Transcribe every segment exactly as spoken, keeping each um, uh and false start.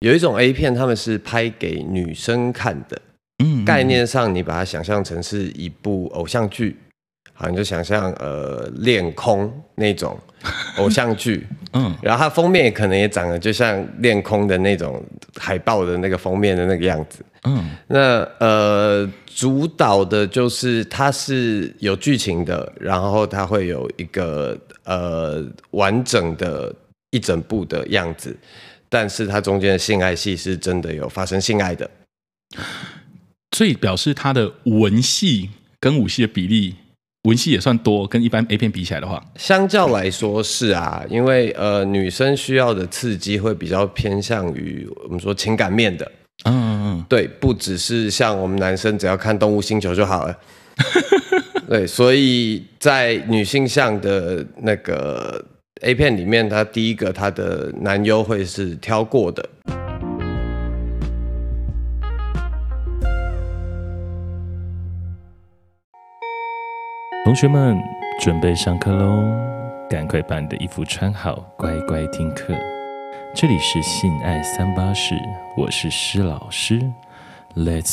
有一种 A 片，他们是拍给女生看的，嗯，概念上你把它想象成是一部偶像剧，好，你就想象呃恋空那种偶像剧，嗯，然后它封面可能也长得就像恋空的那种海报的那个封面的那个样子，嗯，那呃主导的就是它是有剧情的，然后它会有一个呃完整的一整部的样子。但是它中间的性爱戏是真的有发生性爱的， 所以表示它的文戏跟武戏的比例，文戏也算多，跟一般 A 片比起来的话， 相较来说是啊，因为呃女生需要的刺激会比较偏向于我们说情感面的，嗯嗯嗯，对，不只是像我们男生只要看动物星球就好了，对，所以在女性向的那个。A 片里面，它第一个它的男优会是挑过的。 同学们准备上课喽，赶快把你的衣服穿好，乖乖听课。这里是性爱三八室，我是施老师 ，Let's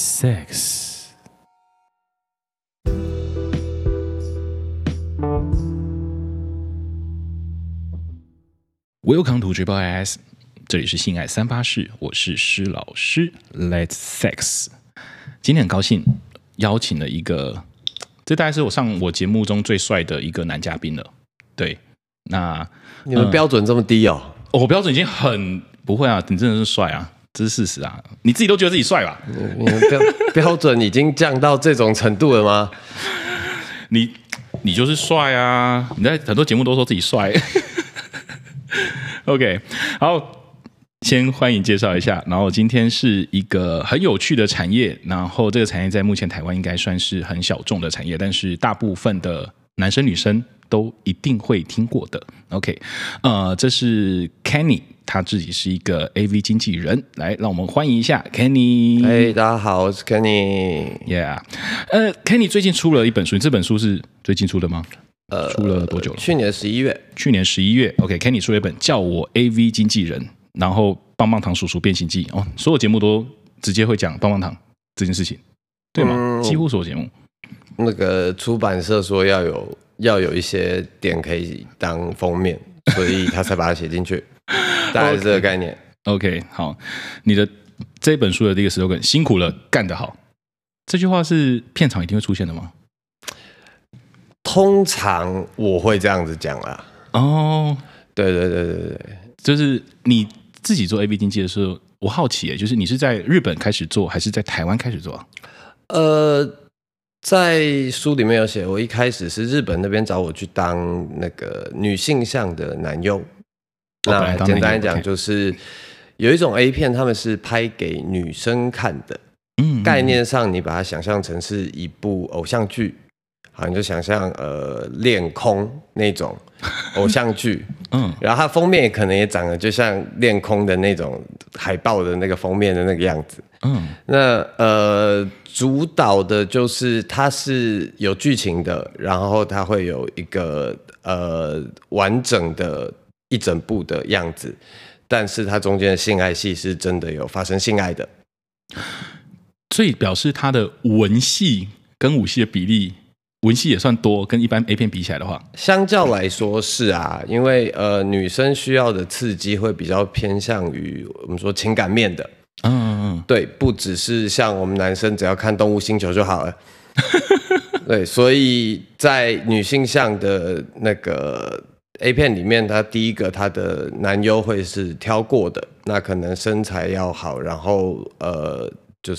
sex。Welcome to Triple S， 这里是性爱三八室，我是施老师 ，Let's sex。今天很高兴邀请了一个，这大概是我上我节目中最帅的一个男嘉宾了。对，那你们标准这么低哦？ 呃、我标准已经很不会啊，你真的是帅啊，这是事实啊，你自己都觉得自己帅吧？ 你们标标准已经降到这种程度了吗？ 你你就是帅啊！你在很多节目都说自己帅。OK， 好，先欢迎介绍一下。然后今天是一个很有趣的产业，然后这个产业在目前台湾应该算是很小众的产业，但是大部分的男生女生都一定会听过的。OK， 呃，这是 Kenny， 他自己是一个 A V 经纪人。来，让我们欢迎一下 Kenny。 哎、hey, 大家好，我是 Kenny。Yeah， 呃 ，Kenny 最近出了一本书，你这本书是最近出的吗？呃，出了多久了？ 去年十一月。 去年十一月 ，OK，Kenny 出了一本叫我 A V 经纪人，然后棒棒糖叔叔变形记哦，所有节目都直接会讲棒棒糖这件事情，对吗？嗯、几乎所有节目。 那个出版社说要有要有一些点可以当封面，所以他才把它写进去，大概是这个概念。 OK， 好，你的这本书的第一个 slogan， 辛苦了，干得好，这句话是片场一定会出现的吗？ 通常我会这样子讲啦。哦，对对对对对， 就是你自己做 A V 经纪的时候，我好奇耶，就是你是在日本开始做，还是在台湾开始做啊？ 呃，在书里面有写，我一开始是日本那边找我去当那个女性向的男优。那简单来讲，就是有一种 A 片，他们是拍给女生看的，嗯，概念上你把它想象成是一部偶像剧。好，你就想象呃恋空那种偶像剧，嗯，然后它封面可能也长得就像恋空的那种海报的那个封面的那个样子，嗯，那呃主导的就是它是有剧情的，然后它会有一个呃完整的一整部的样子，但是它中间的性爱戏是真的有发生性爱的， 所以表示它的文戏跟武戏的比例。文戏也算多，跟一般 A 片比起来的话， 相较来说是啊，因为呃女生需要的刺激会比较偏向于我们说情感面的，嗯嗯嗯，对，不只是像我们男生只要看动物星球就好了，对，所以在女性向的那个 A 片里面，它第一个它的男优会是挑过的，那可能身材要好，然后呃就是。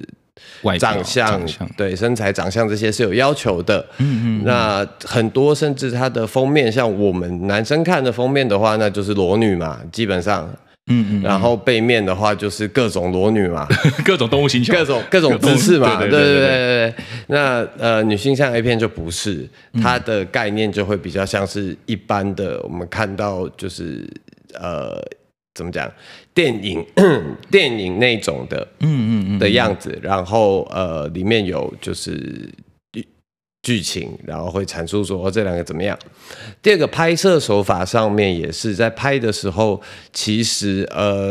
长相, 长相对身材长相这些是有要求的，嗯嗯，那很多甚至它的封面，像我们男生看的封面的话，那就是裸女嘛，基本上，嗯嗯，然后背面的话就是各种裸女嘛， 各种动物星球， 各种各种姿势嘛，对对对 对, 对, 对, 对。那呃，女性向 A 片就不是，它的概念就会比较像是一般的，我们看到就是呃。怎么讲？电影电影那种的，嗯嗯嗯的样子，然后呃，里面有就是剧情，然后会阐述说、哦、这两个怎么样。第二个拍摄手法上面也是在拍的时候，其实呃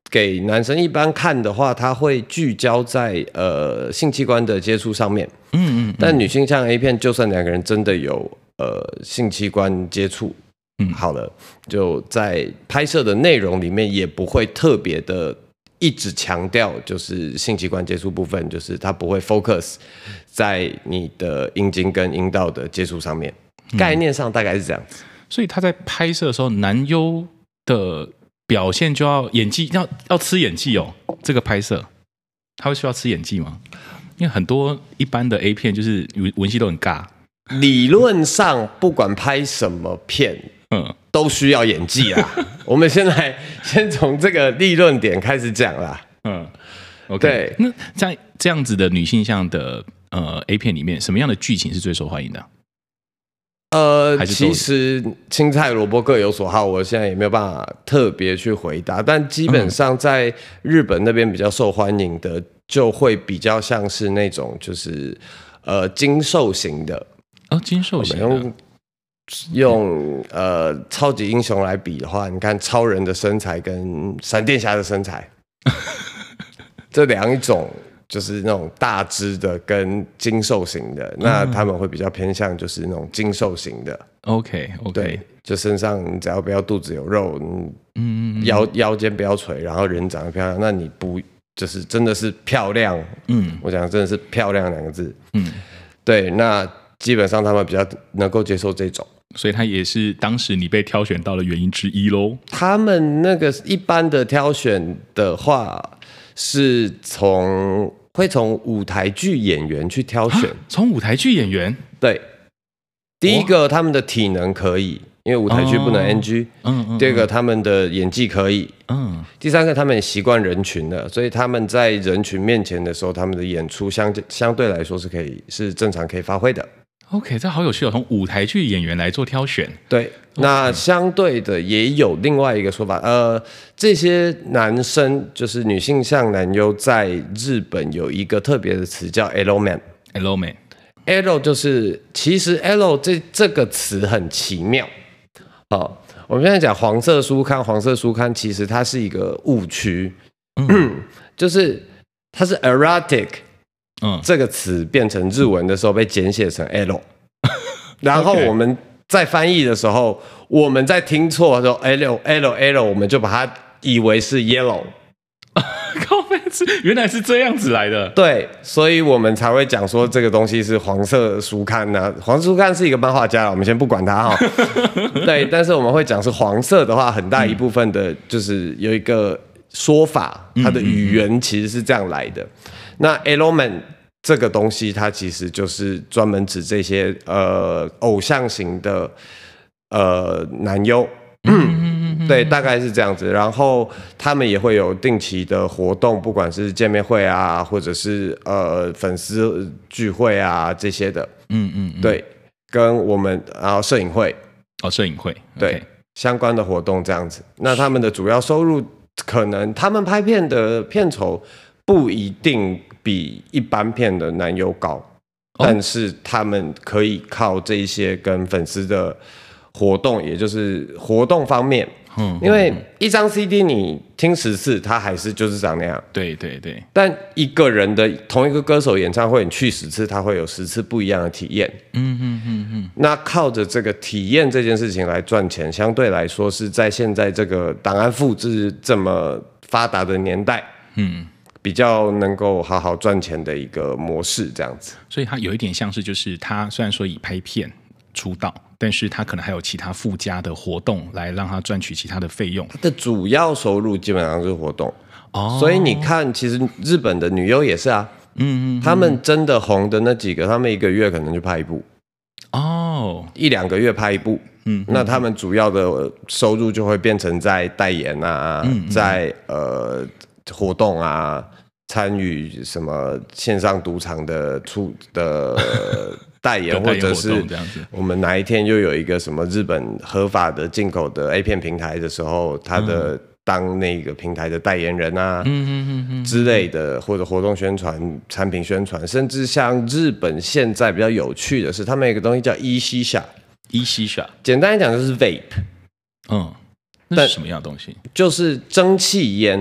给男生一般看的话，它会聚焦在呃性器官的接触上面。嗯 嗯, 嗯。但女性向 A 片，就算两个人真的有呃性器官接触，嗯，好了，就在拍摄的内容里面也不会特别的一直强调就是性器官接触部分，就是它不会 focus 在你的阴茎跟阴道的接触上面。概念上大概是这样子。 所以他在拍摄的时候，男优的表现就要演技，要要吃演技哦。这个拍摄，他会需要吃演技吗？因为很多一般的 A 片就是文戏都很尬。 理论上，不管拍什么片，嗯，都需要演技啦。我们先来，先从这个立论点开始讲啦。 嗯 ，OK。对，那在这样子的女性向的呃 A 片里面，什么样的剧情是最受欢迎的？ 呃，其实青菜萝卜各有所好，我现在也没有办法特别去回答。但基本上在日本那边比较受欢迎的，就会比较像是那种就是呃精瘦型的哦，精瘦型的。 用用呃超级英雄来比的话，你看超人的身材跟闪电侠的身材，这两种。就是那种大只的跟精瘦型的，那他们会比较偏向就是那种精瘦型的。 OK OK， 对，就身上你只要不要肚子有肉，嗯，腰腰间不要垂，然后人长得漂亮，那你不就是真的是漂亮？嗯，我讲真的是漂亮两个字。嗯，对，那基本上他们比较能够接受这种， 所以他也是当时你被挑选到的原因之一咯。 他们那个一般的挑选的话。是从会从舞台剧演员去挑选， 从舞台剧演员对，第一个他们的体能可以，因为舞台剧不能 N G，、哦嗯嗯、第二个他们的演技可以，嗯，第三个他们也习惯人群了，所以他们在人群面前的时候，他们的演出相相对来说是可以是正常可以发挥的。 OK， 这好有趣哦！从舞台剧演员来做挑选， 对。那相对的也有另外一个说法，呃，这些男生就是女性向男优，在日本有一个特别的词叫 L man。L man，L 就是其实 L 这这个词很奇妙。好，我们现在讲黄色书刊，黄色书刊其实它是一个误区，嗯、就是它是 erotic。嗯，这个词变成日文的时候被简写成 L， 然后我们在翻译的时候，我们在听错的时候 L L L， 我们就把它以为是 yellow， 靠背是原来是这样子来的， 对，所以我们才会讲说这个东西是黄色书刊呢、啊。黄色书刊是一个漫画家，我们先不管他哈、哦，对，但是我们会讲是黄色的话，很大一部分的就是有一个说法，它的语言其实是这样来的。嗯嗯嗯那 L man 这个东西，它其实就是专门指这些呃偶像型的呃男优，嗯、对，大概是这样子。然后他们也会有定期的活动，不管是见面会啊，或者是呃粉丝聚会啊这些的，嗯嗯，对，跟我们然后摄影会， 哦，摄影会， 对、okay. 相关的活动这样子。那他们的主要收入，可能他们拍片的片酬。不一定比一般片的男优高，哦、但是他们可以靠这一些跟粉丝的活动，也就是活动方面，嗯，因为一张 C D 你听十次，它还是就是长那样， 对对对。 但一个人的同一个歌手演唱会，你去十次，他会有十次不一样的体验，嗯嗯嗯嗯。那靠着这个体验这件事情来赚钱，相对来说是在现在这个档案复制这么发达的年代，嗯。比较能够好好赚钱的一个模式，这样子。 所以它有一点像是，就是他虽然说以拍片出道，但是他可能还有其他附加的活动来让他赚取其他的费用。 他的主要收入基本上是活动。哦，所以你看，其实日本的女优也是啊，嗯嗯，他们真的红的那几个，他们一个月可能就拍一部，哦，一两个月拍一部。嗯，那他们主要的收入就会变成在代言啊，嗯、在呃活动啊。参与什么线上赌场的出的代言，或者是我们哪一天又有一个什么日本合法的进口的 A 片平台的时候，他的当那个平台的代言人啊，之类的，或者活动宣传、产品宣传，甚至像日本现在比较有趣的是，他们有一个东西叫 E 西夏 ，E 西夏， 简单来讲就是 vape， 嗯，那是什么样的东西？ 就是蒸汽烟。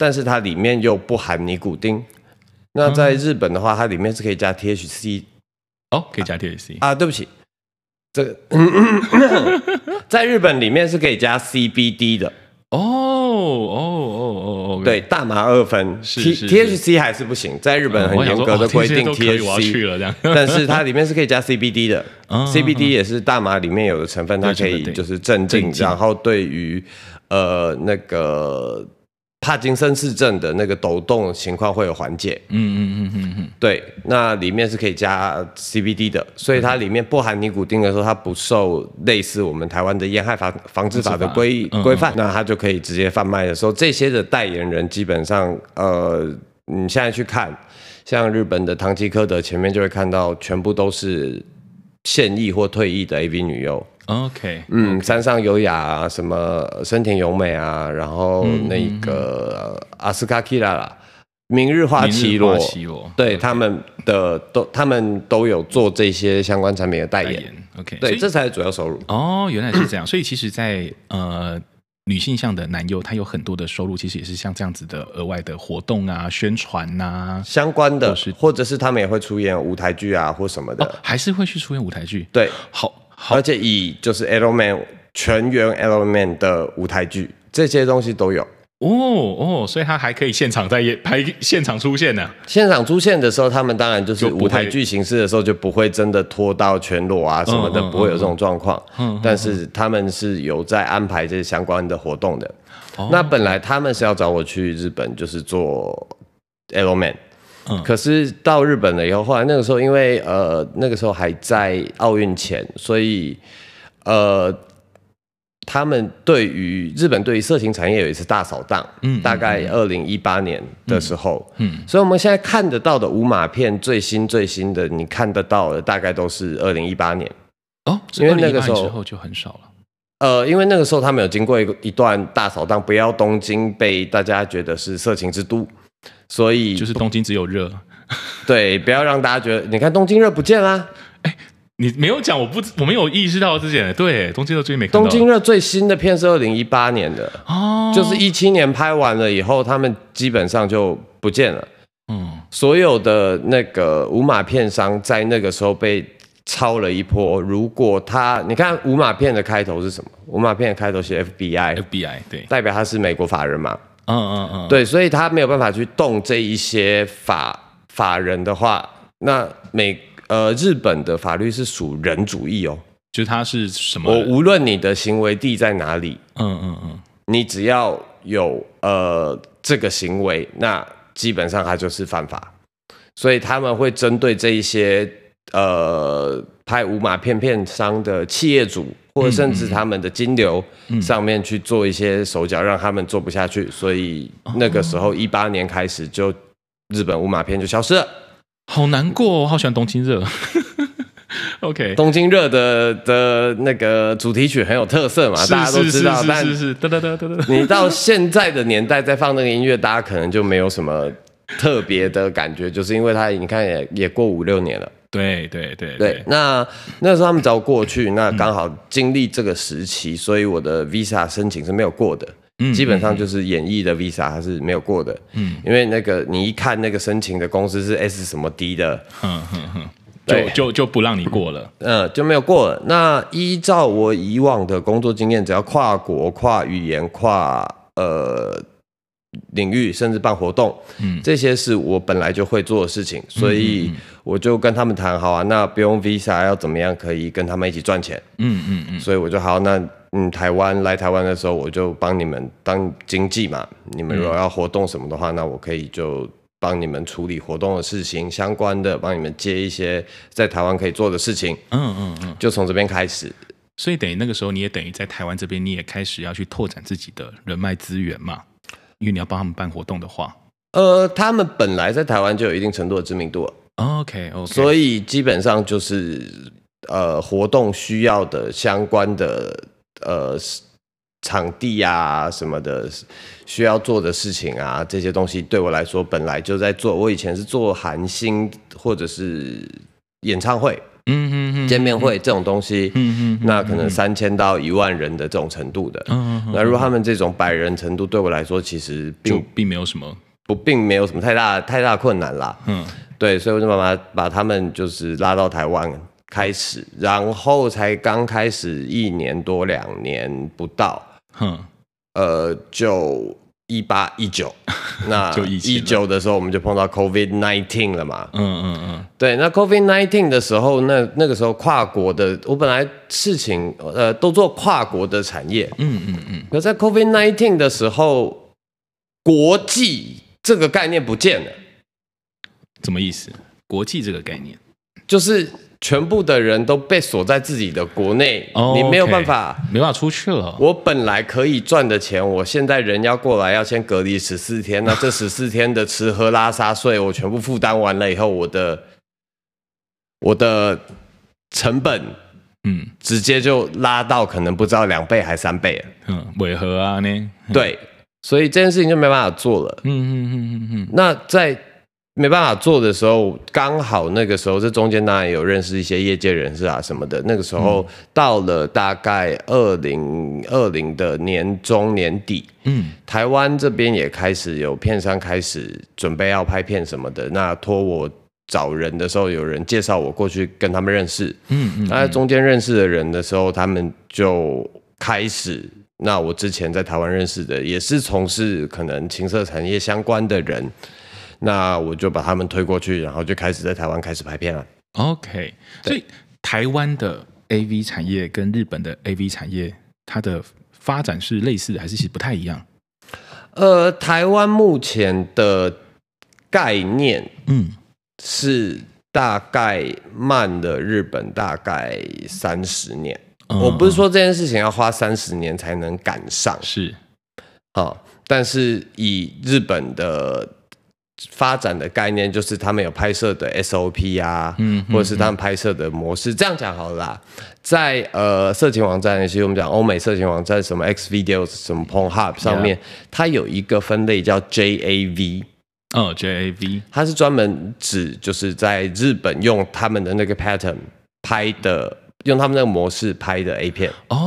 但是它里面又不含尼古丁。那在日本的话，它里面是可以加 T H C。 哦，可以加 T H C 啊？对不起，这个在日本里面是可以加 C B D 的。 哦哦哦哦， 对，大麻二酚是是是 T H C 还是不行，在日本很严格的规定 T H C， 但是它里面是可以加 C B D 的。C B D 也是大麻里面有的成分，它可以就是镇静，然后对于呃那个帕金森氏症的那个抖动情况会有缓解。 嗯嗯嗯嗯嗯， 对，那里面是可以加 C B D 的，所以它里面不含尼古丁的时候，它不受类似我们台湾的烟害防防治法的规规范，那它就可以直接贩卖的时候，这些的代言人基本上，呃，你现在去看，像日本的唐吉诃德前面就会看到，全部都是现役或退役的 A V 女优。 OK， 嗯， okay. 山上优雅啊，什么深田咏美啊，然后那个阿斯卡基拉啦，明日花绮罗，对、okay. 他们的都他们都有做这些相关产品的代言。代言 OK， 对，这才是主要收入。 哦，原来是这样。所以其实在，在呃女性向的男优，他有很多的收入，其实也是像这样子的额外的活动啊、宣传啊相关的，或者是他们也会出演舞台剧啊或什么的、哦， 还是会去出演舞台剧。 对， 好。 而且以就是 Element 全员 Element 的舞台剧，这些东西都有哦哦，所以他还可以现场在拍现场出现呢。 现场出现的时候，他们当然就是舞台剧形式的时候，就不会真的拖到全裸啊什么的，嗯嗯嗯、不会有这种状况、嗯嗯嗯。但是他们是有在安排这些相关的活动的。哦、那本来他们是要找我去日本，就是做 Element。嗯、可是到日本了以后，后来那个时候因为呃那个时候还在奥运前，所以呃他们对于日本对于色情产业有一次大扫荡，嗯，大概二零一八年的时候，嗯，嗯所以我们现在看得到的无码片最新最新的，你看得到的大概都是二零一八年哦，因为那个时候之后就很少了。 呃，因为那个时候他们有经过一一段大扫荡，不要东京被大家觉得是色情之都。所以就是东京只有热， 对，不要让大家觉得，你看东京热不见啦。 哎，你没有讲，我不，我没有意识到之前，对，东京热最近没看到。 东京热最新的片是二零一八年的，哦，就是一七年拍完了以后，他们基本上就不见了。嗯，所有的那个无码片商在那个时候被抄了一波。如果他，你看无码片的开头是什么？无码片的开头写 F B I，F B I 对， 代表他是美国法人嘛。 嗯嗯嗯， 对，所以他没有办法去动这一些法法人的话，那美呃日本的法律是属人主义哦， 就是他是什么？ 我无论你的行为地在哪里， 嗯嗯嗯， 你只要有呃这个行为，那基本上它就是犯法，所以他们会针对这一些呃拍无码片片商的企业主。或者甚至他们的金流上面去做一些手脚，让他们做不下去，所以那个时候一八年开始就日本无码片就消失了。 好难过、哦，我好喜欢东京热。OK， 东京热的的那个主题曲很有特色嘛，大家都知道。但是是， 你到现在的年代再放那个音乐，大家可能就没有什么特别的感觉，就是因为它你看也也过五六年了。 对对对对, 对，那那时候他们找我过去，那刚好经历这个时期，嗯、所以我的 visa 申请是没有过的，嗯、基本上就是演艺的 visa 它是没有过的，嗯，因为那个你一看那个申请的公司是 S 什么 D 的， 嗯哼哼，就就就不让你过了， 嗯，就没有过了。那依照我以往的工作经验，只要跨国、跨语言、跨呃。领域甚至办活动，嗯，这些是我本来就会做的事情，所以我就跟他们谈，好啊，那不用 visa 要怎么样可以跟他们一起赚钱，嗯嗯嗯，所以我就好，那嗯台湾来台湾的时候，我就帮你们当经纪嘛，你们如果要活动什么的话，那我可以就帮你们处理活动的事情相关的，帮你们接一些在台湾可以做的事情，嗯嗯嗯，就从这边开始。 所以等于那个时候，你也等于在台湾这边，你也开始要去拓展自己的人脉资源嘛。因为你要帮他们办活动的话， 呃，他们本来在台湾就有一定程度的知名度了 ，OK OK， 所以基本上就是呃活动需要的相关的呃场地啊什么的需要做的事情啊，这些东西对我来说本来就在做。我以前是做韩星或者是演唱会， 嗯嗯嗯，见面会这种东西，嗯嗯，那可能三千到一万人的这种程度的，嗯嗯，那如果他们这种百人程度，对我来说其实并就并没有什么不，并没有什么太大太大困难啦，嗯，对，所以我就把把他们就是拉到台湾开始，然后才刚开始一年多两年不到，嗯，呃，就。一八一九，那一九的时候我们就碰到 COVID 十九 了嘛。嗯嗯嗯，对，那 COVID 十九 的时候，那那个时候跨国的，我本来事情呃都做跨国的产业，嗯嗯嗯，可在 COVID 十九 的时候，国际这个概念不见了。 什么意思？国际这个概念就是全部的人都被锁在自己的国内， oh, 你没有办法， okay, 没办法出去了。 我本来可以赚的钱，我现在人要过来要先隔离十四天，那这十四天的吃喝拉撒睡我全部负担完了以后，我的我的成本，嗯，直接就拉到可能不知道两倍还三倍了。 嗯，为何啊呢？ 嗯、对，所以这件事情就没办法做了。嗯嗯嗯嗯嗯。那在没办法做的时候，刚好那个时候，这中间当然有认识一些业界人士啊什么的。那个时候到了大概二零二零的年中年底，嗯，台湾这边也开始有片商开始准备要拍片什么的。那托我找人的时候，有人介绍我过去跟他们认识，嗯嗯。那在中间认识的人的时候，他们就开始。那我之前在台湾认识的，也是从事可能情色产业相关的人。那我就把他们推过去，然后就开始在台湾开始拍片了。 OK， 所以台湾的 A V 产业跟日本的 A V 产业，它的发展是类似的，还是其实不太一样？ 呃，台湾目前的概念，嗯，是大概慢了日本大概三十年。嗯、我不是说这件事情要花三十年才能赶上， 是， 啊，但是以日本的发展的概念，就是他们有拍摄的 S O P 啊，嗯，或者是他们拍摄的模式。这样讲好了啦，在呃色情网站，其实我们讲欧美色情网站，什么 Xvideos、什么 Pornhub 上面， yeah. 它有一个分类叫 J A V。 哦 ，J A V， 它是专门指就是在日本用他们的那个 pattern 拍的，用他们那个模式拍的 A 片。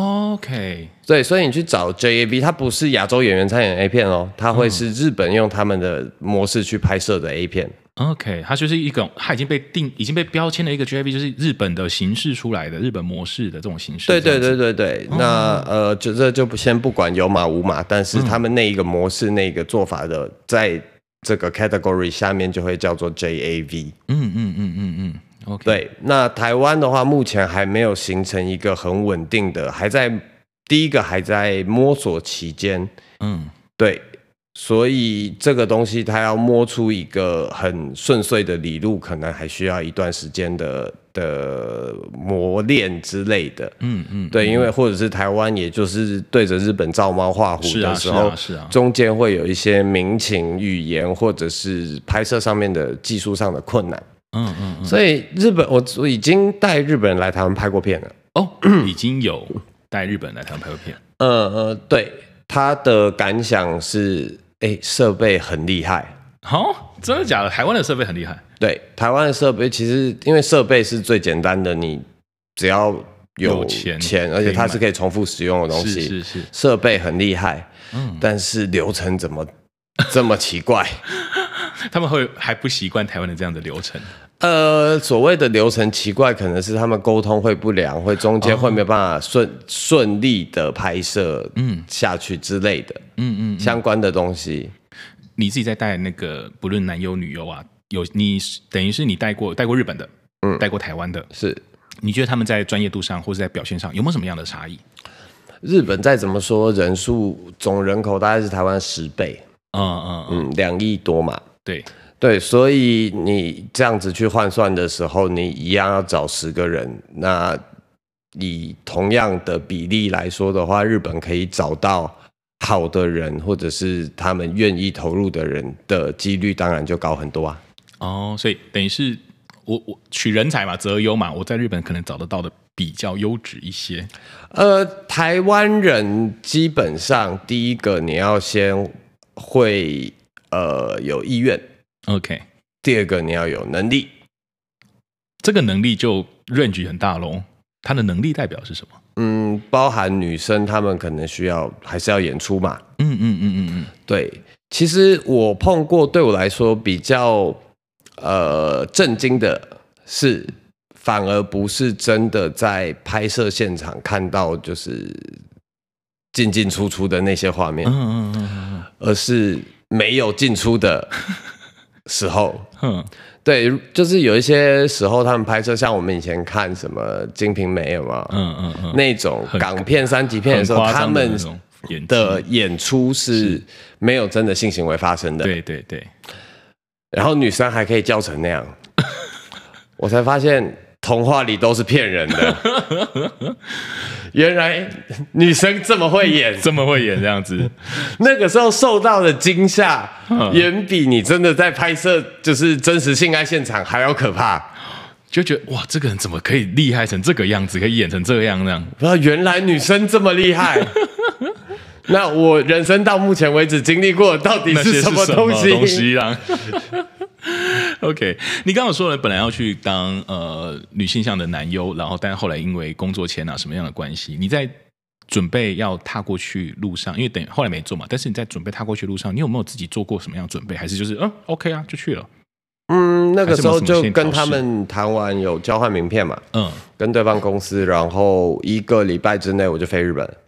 OK， 对，所以你去找 J A V， 它不是亚洲演员参演 A 片哦，它会是日本用他们的模式去拍摄的 A 片。 OK， 它就是一种，它已经被定、已经被标签的一个 J A V， 就是日本的形式出来的日本模式的这种形式。 对对对对对，哦、那呃，就这就先不管有码无码，但是他们那一个模式、嗯、那个做法的，在这个 category 下面就会叫做 J A V。嗯嗯嗯嗯嗯。Okay. 对，那台湾的话，目前还没有形成一个很稳定的，还在第一个还在摸索期间，嗯，对，所以这个东西它要摸出一个很顺遂的理路，可能还需要一段时间的的磨练之类的，嗯嗯，对，因为或者是台湾，也就是对着日本照猫画虎的时候，是啊是啊是啊，中间会有一些民情语言或者是拍摄上面的技术上的困难。嗯嗯，所以日本我我已经带日本人来台湾拍过片了哦，已经有带日本人来台湾拍过片。 呃呃，对，他的感想是，哎，设备很厉害。 哦，真的假的？台湾的设备很厉害？ 对，台湾的设备其实因为设备是最简单的，你只要有钱，钱而且它是可以重复使用的东西， 是是是， 设备很厉害。嗯，但是流程怎么这么奇怪？ 他们会还不习惯台湾的这样的流程。 呃，所谓的流程奇怪，可能是他们沟通会不良，会中间会没有办法顺顺利的拍摄，嗯，下去之类的，嗯嗯，相关的东西。 你自己在带那个不论男优女优啊，有你等于是你带过带过日本的，嗯，带过台湾的， 是。 你觉得他们在专业度上或者在表现上有没有什么样的差异？ 日本再怎么说，人数总人口大概是台湾十倍，嗯嗯嗯，两亿多嘛， 对。 对，所以你这样子去换算的时候，你一样要找十个人。那以同样的比例来说的话，日本可以找到好的人，或者是他们愿意投入的人的几率，当然就高很多啊。 哦，所以等于是我我取人才嘛，择优嘛，我在日本可能找得到的比较优质一些。 呃，台湾人基本上第一个你要先会呃有意愿。 OK， 第二个你要有能力， 这个能力就 range 很大咯，他的能力代表是什么？ 嗯，包含女生，她们可能需要还是要演出嘛。 嗯嗯嗯嗯嗯， 对。其实我碰过，对我来说比较呃震惊的是，反而不是真的在拍摄现场看到就是进进出出的那些画面，嗯嗯嗯嗯，而是没有进出的时候。嗯。对，就是有一些时候他们拍摄，像我们以前看什么《金瓶梅》有吗？嗯嗯嗯，那种港片、三级片的时候，他们的演出是没有真的性行为发生的。 对对对。 然后女生还可以叫成那样，我才发现童话里都是骗人的。原来女生这么会演， 这么会演这样子。 那个时候受到的惊吓，远比你真的在拍摄就是真实性爱现场还要可怕。 就觉得哇，这个人怎么可以厉害成这个样子，可以演成这样那样？ 啊，原来女生这么厉害。那我人生到目前为止经历过的到底是什么东西？ 东西啊？OK， 你刚刚说了，本来要去当呃女性向的男优，然后但后来因为工作签啊什么样的关系，你在准备要踏过去路上，因为等后来没做嘛，但是你在准备踏过去路上，你有没有自己做过什么样的准备？还是就是嗯 OK 啊就去了？ 嗯，那个时候就跟他们谈完有交换名片嘛，嗯，跟对方公司，然后一个礼拜之内我就飞日本。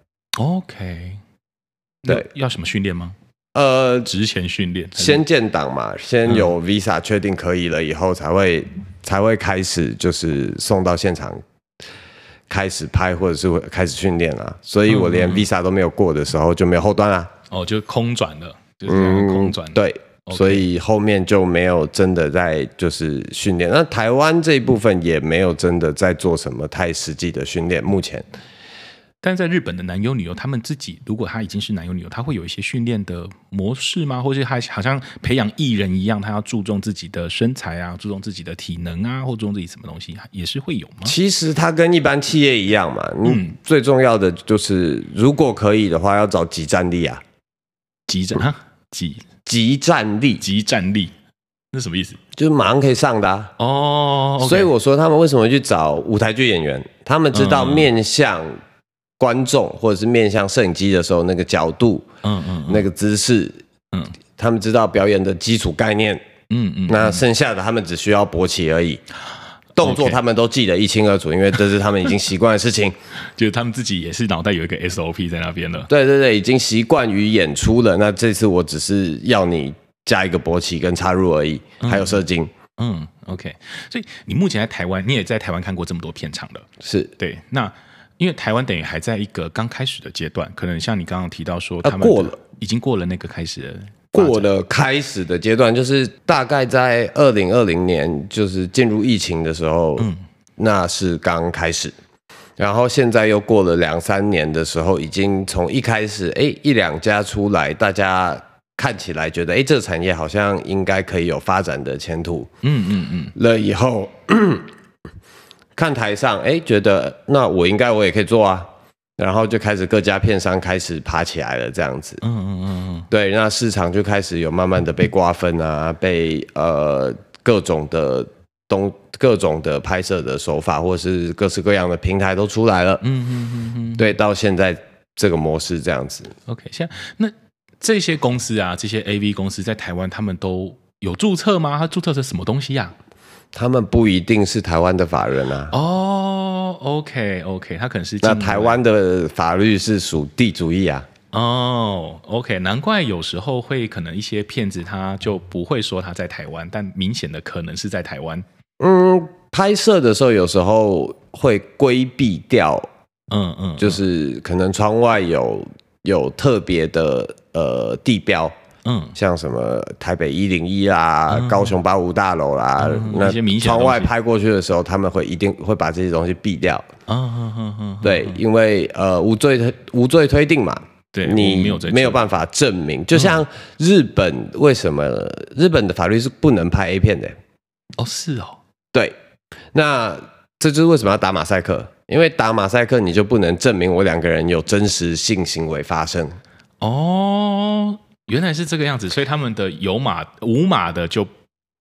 OK， 对， 要什么训练吗？ 呃， 职前训练， 先建档嘛，先有 visa 确定可以了以后，才会才会开始就是送到现场开始拍或者是开始训练啊。所以我连 visa 都没有过的时候就没有后端啊。 哦，就空转了，就是空转、嗯。 对， okay. 所以后面就没有真的在就是训练。那台湾这一部分也没有真的在做什么太实际的训练，目前。 但是在日本的男优女优，他们自己如果他已经是男优女优，他会有一些训练的模式吗？或者他好像培养艺人一样，他要注重自己的身材啊，注重自己的体能啊，或注重自己什么东西，也是会有吗？ 其实他跟一般企业一样嘛，嗯，最重要的就是如果可以的话，要找即战力啊， 即战啊，即即战力， 即战力，那什么意思？ 就是马上可以上的啊。 哦， okay. 所以我说他们为什么会去找舞台剧演员？他们知道面向观众或者是面向摄影机的时候，那个角度，嗯嗯，那个姿势，嗯，他们知道表演的基础概念，嗯嗯，那剩下的他们只需要勃起而已，动作他们都记得一清二楚，因为这是他们已经习惯的事情， 就是他们自己也是脑袋有一个 S O P 在那边了。 对对对，已经习惯于演出了。那这次我只是要你加一个勃起跟插入而已，嗯、还有射精。 嗯 ，OK。所以你目前在台湾，你也在台湾看过这么多片场了， 是对那。因为台湾等于还在一个刚开始的阶段，可能像你刚刚提到说，他们、 啊、过了， 已经过了那个开始的过了开始的阶段，就是大概在二零二零年，就是进入疫情的时候，嗯，那是刚开始，然后现在又过了两三年的时候，已经从一开始，哎，一两家出来，大家看起来觉得，哎，这个产业好像应该可以有发展的前途，嗯嗯嗯，了以后。看台上，哎，觉得那我应该我也可以做啊，然后就开始各家片商开始爬起来了，这样子。嗯嗯嗯嗯，对，那市场就开始有慢慢的被瓜分啊，被呃各种的东各种的拍摄的手法，或是各式各样的平台都出来了。嗯嗯嗯嗯，对，到现在这个模式这样子。 OK， 现在那这些公司啊，这些 A V 公司在台湾他们都有注册吗？它注册是什么东西呀、啊？ 他们不一定是台湾的法人啊。 哦 ，OK OK， 他可能是那台湾的法律是属地主义啊。 哦 ，OK， 难怪有时候会可能一些骗子他就不会说他在台湾，但明显的可能是在台湾。 嗯，拍摄的时候有时候会规避掉，嗯嗯，就是可能窗外有有特别的呃地标。嗯，像什么台北一零一啦、嗯、高雄八五大楼啦，嗯、那窗外拍过去的时候，他们会一定会把这些东西避掉。嗯嗯嗯嗯，对，因为呃无罪无罪推定嘛， 对， 你没有没有办法证明。就像日本为什么日本的法律是不能拍 A 片的？ 哦，是哦， 对，那这就是为什么要打马赛克，因为打马赛克你就不能证明我两个人有真实性行为发生。 哦。原来是这个样子，所以他们的有码无码的就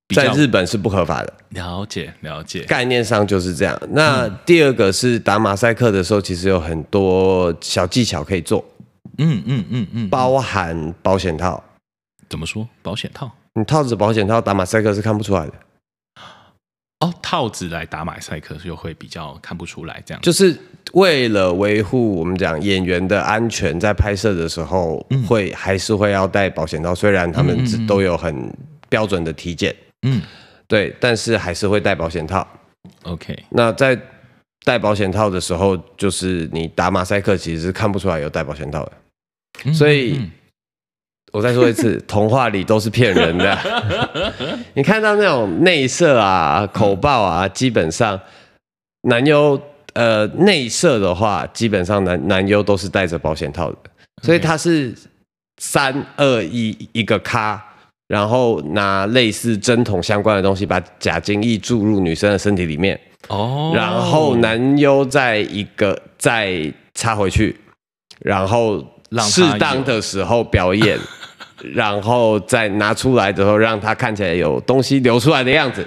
在日本是不合法的。 了解了解， 概念上就是这样。那第二个是打马赛克的时候，其实有很多小技巧可以做。 嗯嗯嗯嗯， 包含保险套。 怎么说？保险套？ 你套着保险套打马赛克是看不出来的。 哦，套子来打马赛克就会比较看不出来，这样就是为了维护我们讲演员的安全，在拍摄的时候会、嗯、还是会要戴保险套，虽然他们都有很标准的体检，嗯，对，但是还是会戴保险套。 OK， 那在戴保险套的时候，就是你打马赛克其实是看不出来有戴保险套的，嗯、所以。嗯我再说一次，童话里都是骗人的。你看到那种内射啊、口爆啊，基本上男优呃内射的话，基本上男男优都是戴着保险套的，所以他是三二一一个咔，然后拿类似针筒相关的东西把假精液注入女生的身体里面，哦，然后男优再一个再插回去，然后适当的时候表演。然后再拿出来的时候，让它看起来有东西流出来的样子。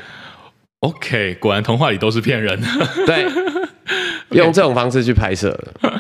OK， 果然童话里都是骗人的。 对，用这种方式去拍摄。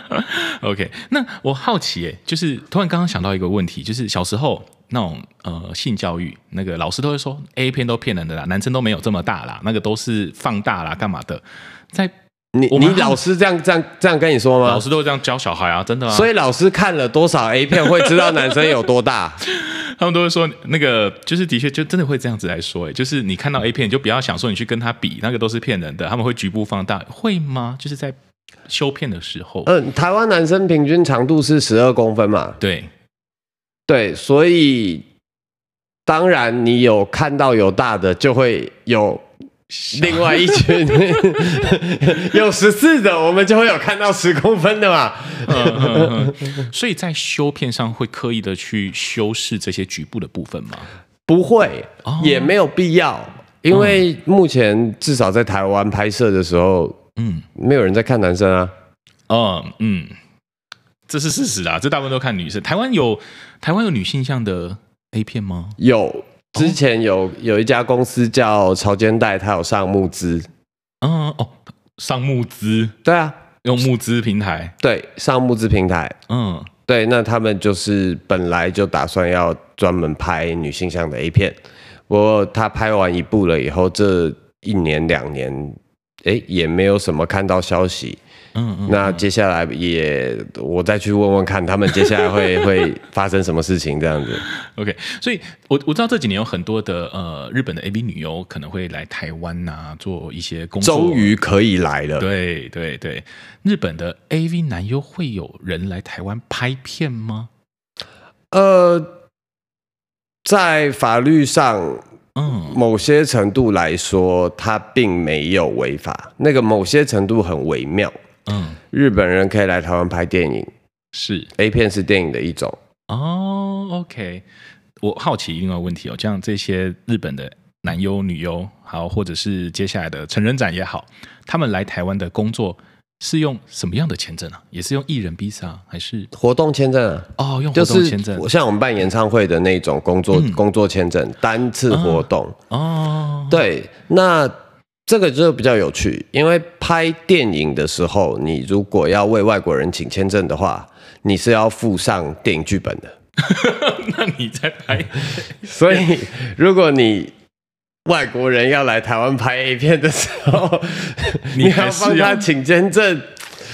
OK， 那我好奇耶，就是突然刚刚想到一个问题，就是小时候那种呃性教育，那个老师都会说 A 片都骗人的啦，男生都没有这么大啦，那个都是放大啦，干嘛的？在你你老师这样这样这样跟你说吗？ 老师都会这样教小孩啊，真的啊。 所以老师看了多少 A 片会知道男生有多大？ 他们都会说那个就是的确就真的会这样子来说，哎，就是你看到 A 片，你就不要想说你去跟他比，那个都是骗人的。他们会局部放大，会吗？就是在修片的时候， 嗯、呃，台湾男生平均长度是十二公分嘛？ 对， 对，所以当然你有看到有大的，就会有。另外一群有十四的，我们就会有看到十公分的嘛。 嗯嗯嗯、所以在修片上会刻意的去修饰这些局部的部分吗？ 不会，哦、也没有必要，因为目前至少在台湾拍摄的时候，嗯，没有人在看男生啊。 嗯嗯，这是事实啊，这大部分都看女生。台湾有台湾有女性向的 A 片吗？ 有。之前有有一家公司叫潮间带，它有上募资。 嗯哦，上募资？ 对啊， 用募资平台。 对，上募资平台。嗯，对，那他们就是本来就打算要专门拍女性向的 A 片，不过他拍完一部了以后，这一年两年，哎，也没有什么看到消息。嗯, 嗯, 嗯，那接下来也我再去问问看，他们接下来会会发生什么事情这样子。 OK， 所以我我知道这几年有很多的呃日本的 A V 女优可能会来台湾啊做一些工作， 终于可以来了。 对对对，日本的 A V 男优会有人来台湾拍片吗？ 呃，在法律上。嗯，某些程度来说，它并没有违法。那个某些程度很微妙。嗯，日本人可以来台湾拍电影， 是 A 片是电影的一种。 哦 ，OK。我好奇另外一个问题哦，像这些日本的男优、女优，好，或者是接下来的成人展也好，他们来台湾的工作是用什么样的签证啊？也是用艺人 visa 还是活动签证啊？ 哦，用活动签证， 就是像我们办演唱会的那种工作、嗯、工作签证，单次活动。哦，对，那这个就比较有趣，因为拍电影的时候，你如果要为外国人请签证的话，你是要附上电影剧本的。 那你在拍， 所以如果你外国人要来台湾拍 A 片的时候，你要帮他请签证，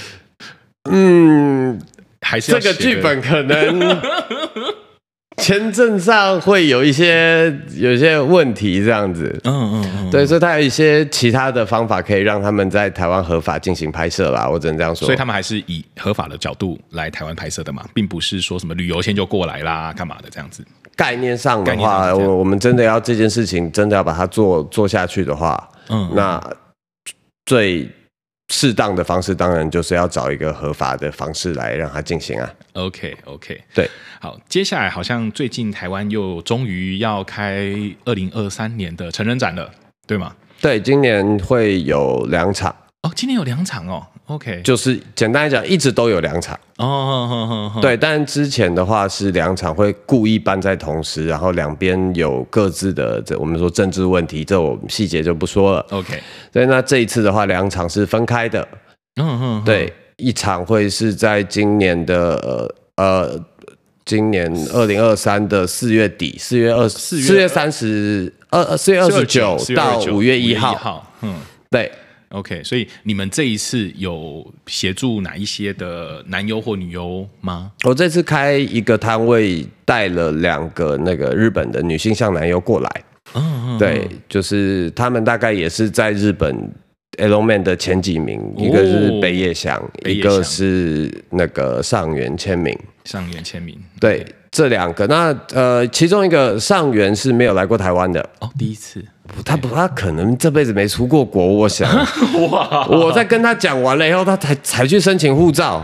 嗯， 还是要这个剧本可能签证上会有一些有一些问题，这样子。嗯嗯嗯，对，所以他有一些其他的方法可以让他们在台湾合法进行拍摄啦，我只能这样说。 所以他们还是以合法的角度来台湾拍摄的嘛，并不是说什么旅游签就过来啦，干嘛的这样子。 概念上的话，我我们真的要这件事情真的要把它做做下去的话，嗯，那最适当的方式当然就是要找一个合法的方式来让它进行啊。 OK OK， 对， 好，接下来好像最近台湾又终于要开二零二三年的成人展了，对吗？ 对，今年会有两场， 哦，今年有两场哦 ，OK， 就是简单来讲，一直都有两场哦，哦哦哦对，但之前的话是两场会故意办在同时，然后两边有各自的这我们说政治问题，这我细节就不说了。 OK， 对，那这一次的话，两场是分开的， 嗯嗯， 对，一场会是在今年的呃呃，今年二零二三的四月底，四月二四月三十二四月二十九到五月一号， 嗯， 对。 OK， 所以你们这一次有协助哪一些的男优或女优吗？ 我这次开一个摊位，带了两个那个日本的女性向男优过来。 嗯嗯， 对，就是他们大概也是在日本 Element 的前几名，哦、一个是北野祥，一个是那个上原千明。 上原千明， 对，这两个，那呃，其中一个上原是没有来过台湾的哦，第一次。 他不，他可能这辈子没出过国，我想。 哇！ 我在跟他讲完了以后，他才才去申请护照。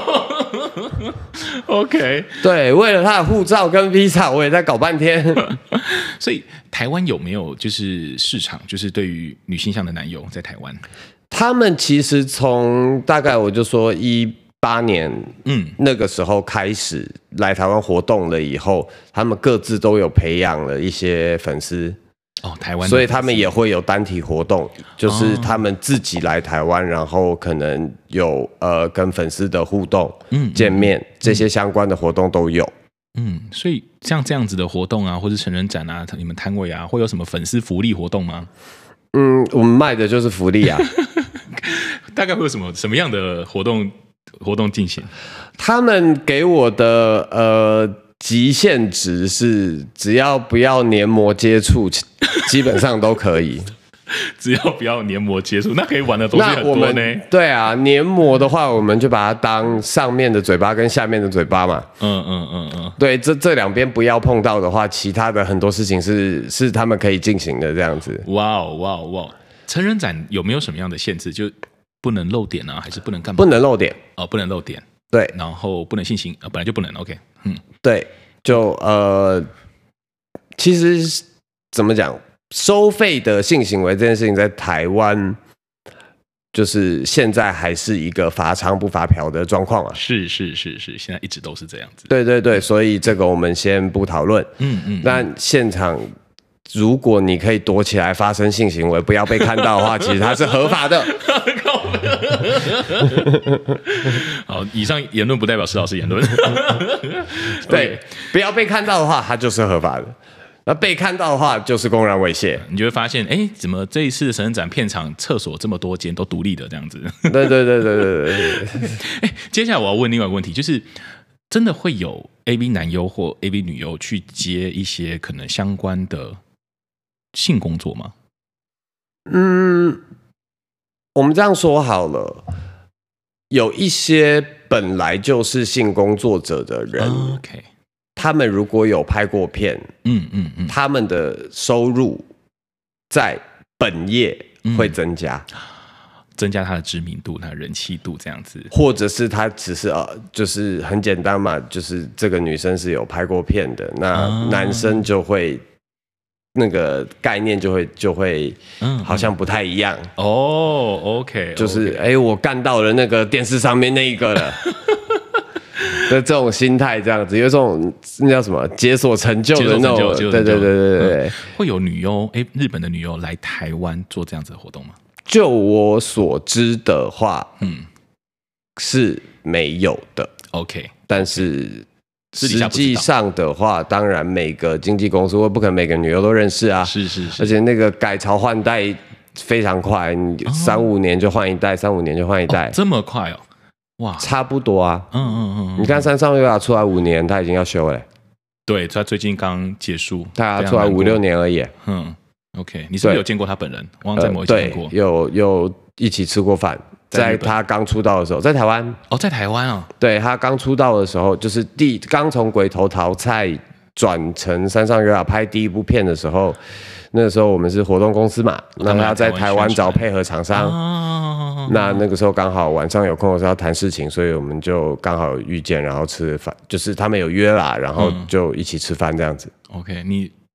OK， 对，为了他的护照跟 visa， 我也在搞半天。 所以台湾有没有就是市场，就是对于女性向的男优在台湾？ 他们其实从大概我就说一八年，嗯，那个时候开始来台湾活动了以后，他们各自都有培养了一些粉丝。 哦，台湾， 所以他们也会有单体活动，就是他们自己来台湾，然后可能有呃跟粉丝的互动、嗯、见面、嗯、这些相关的活动都有。 嗯，所以像这样子的活动啊，或是成人展啊，你们摊位啊，会有什么粉丝福利活动吗？ 嗯，我们卖的就是福利啊。 大概会有什么什么样的活动活动进行？ 他们给我的呃。极限值是只要不要黏膜接触，基本上都可以。 只要不要黏膜接触，那可以玩的东西很多呢。 对啊，黏膜的话，我们就把它当上面的嘴巴跟下面的嘴巴嘛。 嗯嗯嗯嗯。 对，这这两边不要碰到的话，其他的很多事情是是他们可以进行的这样子。 哇哦哇哦哇！成人展有没有什么样的限制？就不能露点啊，还是不能干嘛？ 不能露点哦，不能露点。 对， 然后不能性行，呃，本来就不能。OK， 嗯， 对，就呃，其实怎么讲，收费的性行为这件事情在台湾，就是现在还是一个罚娼不罚嫖的状况啊。 是是是是，现在一直都是这样子。 对对对，所以这个我们先不讨论。嗯嗯，但现场。如果你可以躲起来发生性行为，不要被看到的话，其实它是合法的。 好，以上言论不代表施老师言论。 对，不要被看到的话，它就是合法的。那被看到的话，就是公然猥亵。 你就会发现，哎，怎么这一次的成人展片场厕所这么多间都独立的这样子？ 对对对对对对。 哎，接下来我要问另外一个问题，就是真的会有 A V 男优或 A V 女优去接一些可能相关的性工作吗？ 嗯，我们这样说好了，有一些本来就是性工作者的人 ，OK， 他们如果有拍过片，嗯嗯嗯，他们的收入在本业会增加， 嗯、增加他的知名度、他的人气度这样子， 或者是他只是呃，就是很简单嘛，就是这个女生是有拍过片的，那男生就会。那个概念就会就会好像不太一样哦、嗯、，OK， 就是哎、欸，我干到了那个电视上面那一个了的这种心态，这样子有这种那叫什么解锁成就的那种，对对对对对对、嗯， 会有女优哎，日本的女优来台湾做这样子的活动吗？ 就我所知的话，嗯，是没有的 ，OK， 但是。实际上的话，当然每个经纪公司我不可能每个女优都认识啊， 是是是， 而且那个改朝换代非常快，你三五年就换一代，三五年就换一代、 哦，这么快哦，哇， 差不多啊， 嗯嗯 嗯, 嗯， 你看山上优雅出来五年，他已经要休了， 对，他最近刚结束， 他出来五六年而已， 嗯 ，OK， 你是不是有见过他本人？我好像在某一次见过， 呃、有有一起吃过饭。在他刚出道的时候，在台湾哦，在台湾啊， 对他刚出道的时候，就是第刚从鬼头桃菜转成山上优雅拍第一部片的时候，那个时候我们是活动公司嘛，那他在台湾找配合厂商，哦、那那个时候刚好晚上有空的时候要谈事情，所以我们就刚好遇见，然后吃饭，就是他们有约啦，然后就一起吃饭这样子。 OK， 你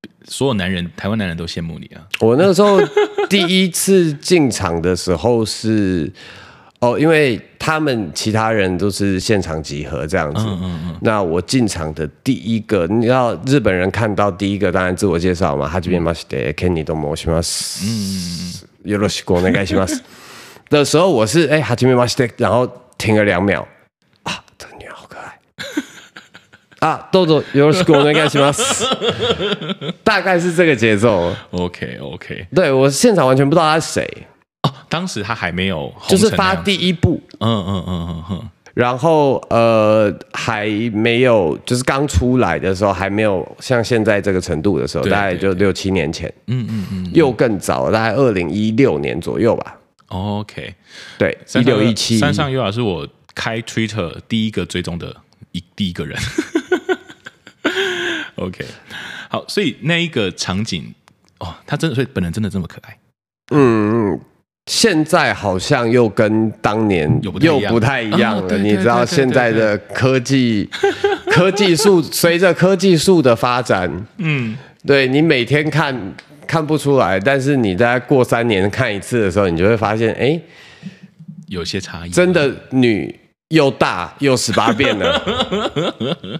所有男人，台湾男人都羡慕你啊！ 我那个时候第一次进场的时候是。哦，因为他们其他人都是现场集合这样子，嗯嗯嗯，那我进场的第一个，你知道日本人看到第一个当然自我介绍嘛，はじめまして、Kennyと申します，嗯，よろしくお願いします的时候，我是哎はじめまして，然后停了两秒，啊，这个女人好可爱啊，どうぞよろしくお願いします，大概是这个节奏。 OK OK， 对我现场完全不知道他是谁。 哦，当时他还没有红就是发第一部， 嗯嗯嗯嗯嗯， 然后呃还没有，就是刚出来的时候还没有像现在这个程度的时候，大概就六七年前，嗯嗯嗯，又更早，大概二零一六年左右吧。 OK， 对，一六一七， 山上优雅是我开 Twitter 第一个追踪的一第一个人。OK， 好，所以那一个场景，哦，他真的，所以本人真的这么可爱， 嗯。现在好像又跟当年又不太一样了，你知道现在的科技科技树随着科技树的发展，嗯，对你每天看看不出来，但是你在过三年看一次的时候，你就会发现，哎， 有些差异， 真的女又大又十八变了。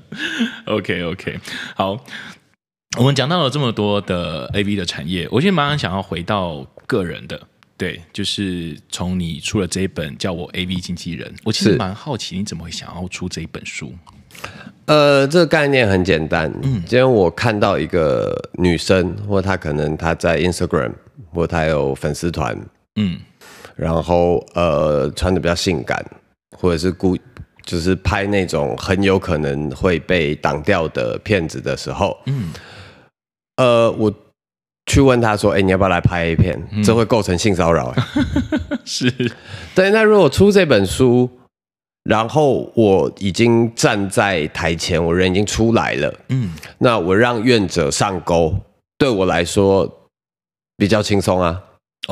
OK OK， 好，我们讲到了这么多的 A V 的产业，我现在马上想要回到个人的。对，就是从你出了这一本叫我 A V 经纪人，我其实蛮好奇你怎么会想要出这一本书。 呃，这个概念很简单，嗯，今天我看到一个女生，或她可能她在 Instagram， 或她有粉丝团，嗯，然后呃穿的比较性感，或者是故就是拍那种很有可能会被挡掉的片子的时候，嗯，呃我。去问他说：“哎、欸，你要不要来拍 A 片？嗯、这会构成性骚扰。” 是， 对。那如果出这本书，然后我已经站在台前，我人已经出来了，嗯，那我让愿者上钩，对我来说比较轻松啊。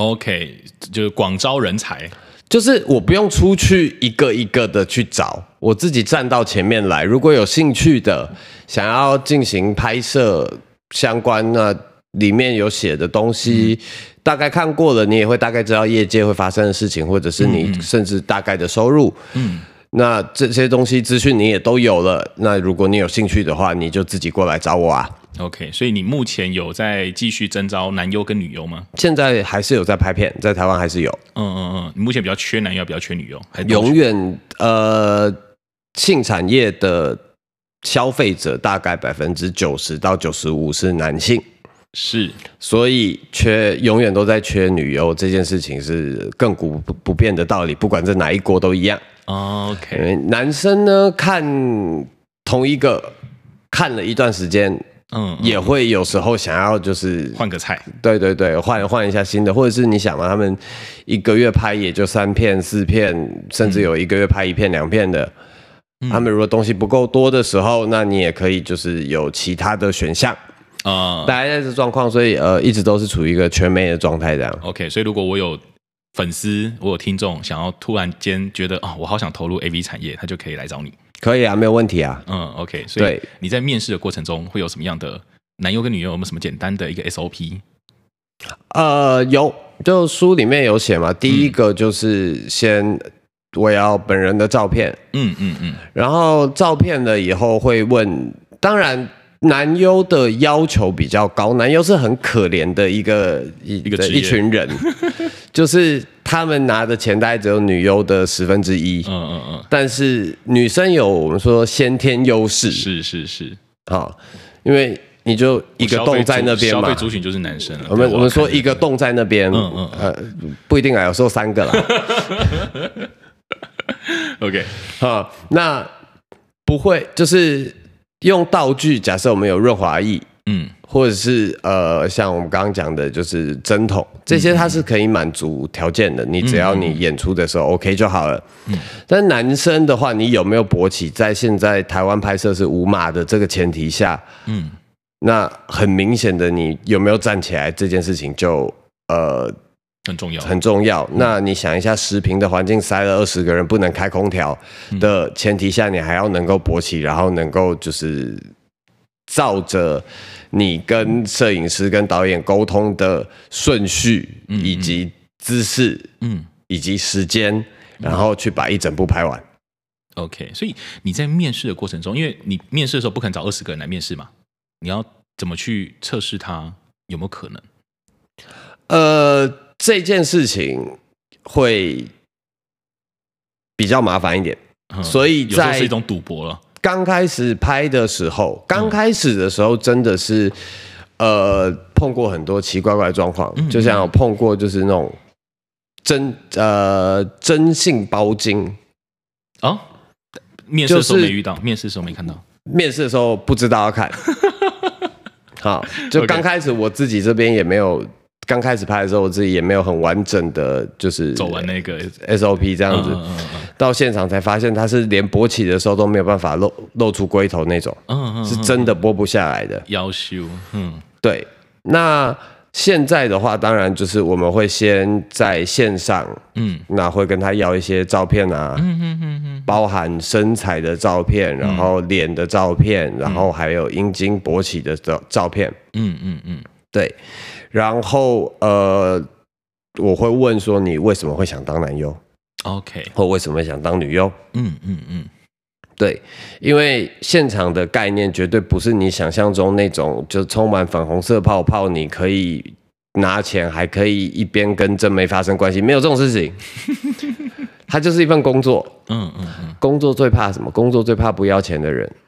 OK， 就是广招人才， 就是我不用出去一个一个的去找，我自己站到前面来。如果有兴趣的，想要进行拍摄相关那。里面有写的东西，嗯、大概看过了，你也会大概知道业界会发生的事情，或者是你甚至大概的收入。嗯，那这些东西资讯你也都有了。那如果你有兴趣的话，你就自己过来找我啊。 OK， 所以你目前有在继续征招男优跟女优吗？ 现在还是有在拍片，在台湾还是有。 嗯嗯嗯，你目前比较缺男优，比较缺女优， 永远呃，性产业的消费者大概百分之九十到九十五是男性。 是， 所以缺永远都在缺女优这件事情是亘古不变的道理，不管在哪一国都一样。 Oh, OK， 男生呢看同一个看了一段时间，嗯，也会有时候想要就是换个菜， 对对对，换换一下新的，或者是你想嘛，他们一个月拍也就三片四片，甚至有一个月拍一片两片的。嗯、他们如果东西不够多的时候，那你也可以就是有其他的选项。啊，大概在这状况，所以呃，一直都是处于一个全妹的状态这样。 OK， 所以如果我有粉丝，我有听众想要突然间觉得哦，我好想投入 A V 产业，他就可以来找你。 可以啊，没有问题啊。 嗯 ，OK， 所以你在面试的过程中会有什么样的男优跟女优有没有什么简单的一个 S O P？ 呃，有，就书里面有写嘛。第一个就是先我要本人的照片，嗯嗯嗯，然后照片了以后会问，当然。男优的要求比较高，男优是很可怜的一个一一个一群人，就是他们拿的钱大概只有女优的十分之一，嗯嗯嗯，但是女生有我们说先天优势， 是是是， 好，因为你就一个洞在那边嘛， 消费族群就是男生了， 我们我们说一个洞在那边，嗯嗯呃不一定啊，有时候三个啦 ，OK， 好，那不会就是。用道具，假设我们有润滑液，嗯，或者是呃，像我们刚刚讲的，就是针筒，这些它是可以满足条件的。你只要你演出的时候 OK 就好了。嗯，但男生的话，你有没有勃起，在现在台湾拍摄是无码的这个前提下，嗯，那很明显的，你有没有站起来这件事情就呃。 很重要， 很重要。那你想一下，十坪的环境塞了二十个人，不能开空调的前提下，你还要能够勃起，然后能够就是照着你跟摄影师跟导演沟通的顺序，嗯嗯以及姿势，嗯，以及时间，然后去把一整部拍完。 OK， 所以你在面试的过程中，因为你面试的时候不可能找二十个人来面试嘛，你要怎么去测试他有没有可能？ 呃，这件事情会比较麻烦一点，嗯、所以在有时候是一种赌博了。 刚开始拍的时候，刚开始的时候真的是，呃，碰过很多奇怪怪的状况，嗯、就像有碰过就是那种真呃真性包金哦。面试的时候没遇到，就是、面试的时候没看到， 面试的时候不知道要看。好，就刚开始我自己这边也没有，刚开始拍的时候我自己也没有很完整的，就是走完那个 S O P 这样子，嗯嗯嗯、到现场才发现他是连勃起的时候都没有办法露露出龟头那种，嗯嗯嗯、是真的剥不下来的。 夭壽，嗯， 对，那。现在的话，当然就是我们会先在线上，嗯，那会跟他要一些照片啊，嗯嗯嗯嗯，包含身材的照片，然后脸的照片，嗯、然后还有阴茎勃起的照照片，嗯嗯嗯，对，然后呃，我会问说你为什么会想当男优 ？OK， 或为什么会想当女优？嗯嗯嗯。对，因为现场的概念绝对不是你想象中那种，就充满粉红色泡泡，你可以拿钱，还可以一边跟正妹发生关系，没有这种事情。它就是一份工作。嗯嗯嗯。工作最怕什么？工作最怕不要钱的人。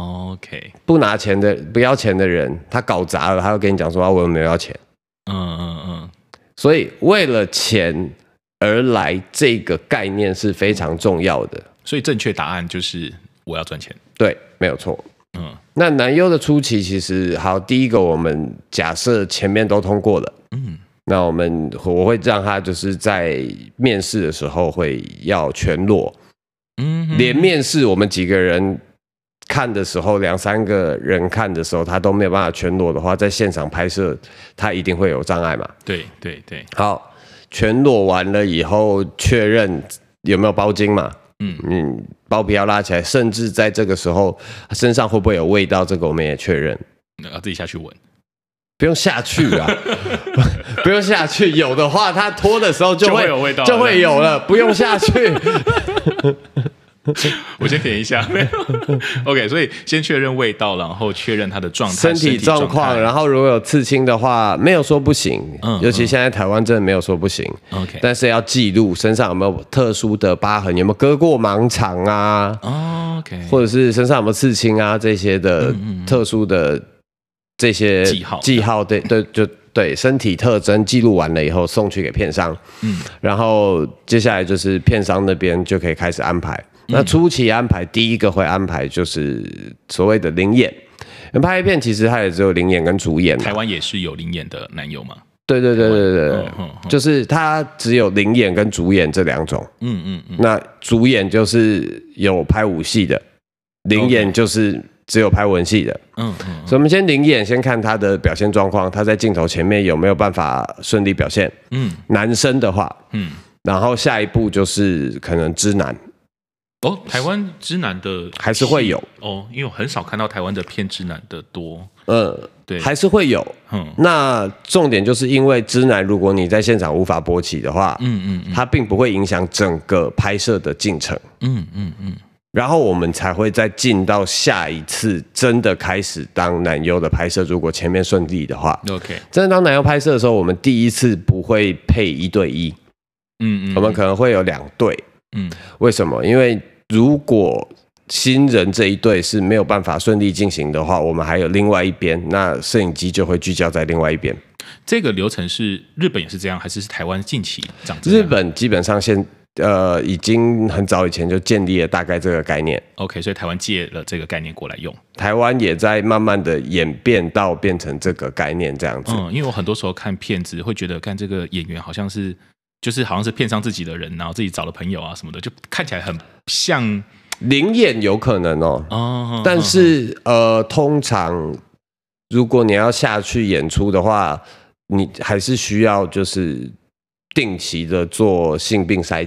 OK。 不拿钱的、不要钱的人，他搞砸了，他会跟你讲说：“啊，我有没有要钱？”嗯嗯嗯。所以为了钱而来，这个概念是非常重要的。 所以正确答案就是我要赚钱， 对，没有错。嗯，那男优的初期其实好，第一个我们假设前面都通过了，嗯，那我们我会让他就是在面试的时候会要全裸，嗯哼，连面试我们几个人看的时候，两三个人看的时候，他都没有办法全裸的话，在现场拍摄他一定会有障碍嘛。 对对对， 好，全裸完了以后确认有没有包茎嘛。嗯嗯，包皮要拉起来，甚至在这个时候身上会不会有味道，这个我们也确认。 要自己下去闻， 不用下去啊，不用下去。有的话，他脱的时候就会, 就会有味道， 就会有了，不用下去。 我先点一下，OK， 所以先确认味道，然后确认他的状态、 身体状况，然后如果有刺青的话，没有说不行，嗯、尤其现在台湾真的没有说不行 ，OK， 但是要记录身上有没有特殊的疤痕，有没有割过盲肠啊、 哦、，OK， 或者是身上有没有刺青啊这些的特殊的这些记号， 记号，对对就。对身体特征记录完了以后送去给片商，嗯，然后接下来就是片商那边就可以开始安排。嗯、那初期安排第一个会安排就是所谓的临演，拍片其实它也只有临演跟主演。 台湾也是有临演的男优吗？ 对对对对对，嗯嗯嗯、就是它只有临演跟主演这两种。嗯嗯嗯。那主演就是有拍武戏的，临演就是。只有拍文戏的，嗯嗯，所以我们先临演，先看他的表现状况，他在镜头前面有没有办法顺利表现，嗯，男生的话，嗯，然后下一步就是可能知男， 哦，台湾知男的还是会有哦，因为我很少看到台湾的偏知男的多， 嗯，对，还是会有，嗯，那重点就是因为知男，如果你在现场无法勃起的话，嗯嗯嗯，它并不会影响整个拍摄的进程，嗯嗯嗯。然后我们才会再进到下一次真的开始当男优的拍摄。如果前面顺利的话 ，OK， 真的当男优拍摄的时候，我们第一次不会配一对一，嗯嗯，我们可能会有两对，嗯，为什么？因为如果新人这一对是没有办法顺利进行的话，我们还有另外一边，那摄影机就会聚焦在另外一边。 这个流程是日本也是这样，还是是台湾近期长这样？ 日本基本上现呃，已经很早以前就建立了大概这个概念。 OK， 所以台湾借了这个概念过来用， 台湾也在慢慢的演变到变成这个概念这样子。 嗯，因为我很多时候看片子会觉得，看这个演员好像是，就是好像是片商自己的人，然后自己找了朋友啊什么的，就看起来很像临演有可能哦。哦，但是呃，通常如果你要下去演出的话，你还是需要就是。定期的做性病筛检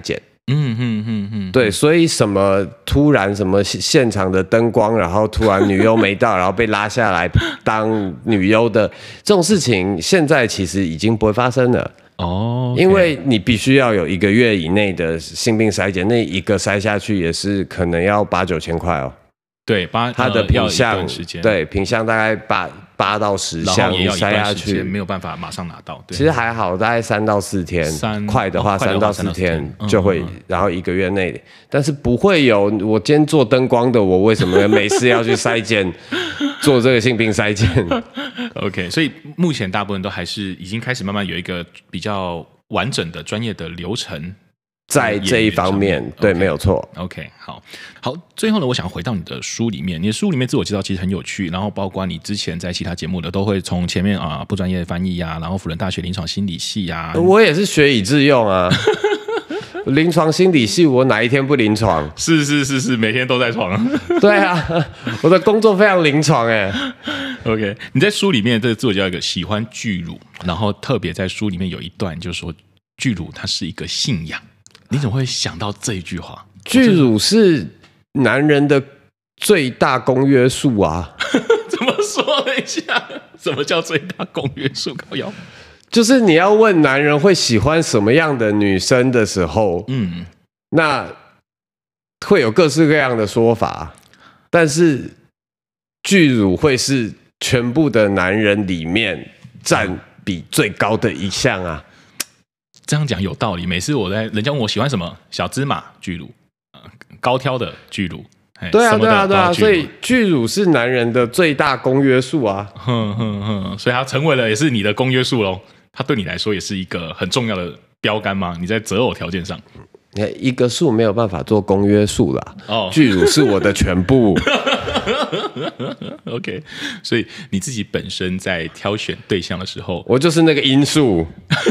嗯嗯嗯嗯， 对，所以什么突然什么现场的灯光，然后突然女优没到，然后被拉下来当女优的这种事情，现在其实已经不会发生了。 哦， okay. 因为你必须要有一个月以内的性病筛检，那一个筛下去也是可能要八九千块哦。 对，八它的品项， 呃、 对品项大概八八到十项，你筛下去没有办法马上拿到。 其实还好，大概三到四天，快的话三、哦、到四天就会，嗯嗯嗯然后一个月内，但是不会有我今天做灯光的，我为什么每次要去筛检做这个性病筛检 ？OK， 所以目前大部分都还是已经开始慢慢有一个比较完整的专业的流程。 在这一方面，对， okay, 没有错。 OK， 好，好，最后呢，我想回到你的书里面，你的书里面自我介绍其实很有趣，然后包括你之前在其他节目的都会从前面啊不专业翻译啊，然后辅仁大学临床心理系啊， 我也是学以致用啊。临床心理系，我哪一天不临床？ 是是是是，每天都在床。 对啊，我的工作非常临床哎。 OK， 你在书里面这个自我介绍一个喜欢巨乳，然后特别在书里面有一段就是说巨乳它是一个信仰。你怎么会想到这一句话？ 巨乳是男人的最大公约数啊！ 怎么说一下？什么叫最大公约数？高腰就是你要问男人会喜欢什么样的女生的时候，嗯，那会有各式各样的说法，但是巨乳会是全部的男人里面占比最高的一项啊。 这样讲有道理。每次我在人家问我喜欢什么，小芝麻巨乳、呃，高挑的巨乳， 对啊对啊对啊，所以巨乳是男人的最大公约数啊。 哼哼哼，所以它成为了也是你的公约数咯。它对你来说也是一个很重要的标杆吗？你在择偶条件上， 一个数没有办法做公约数啦。哦，巨乳是我的全部。 OK， 所以你自己本身在挑选对象的时候， 我就是那个因素。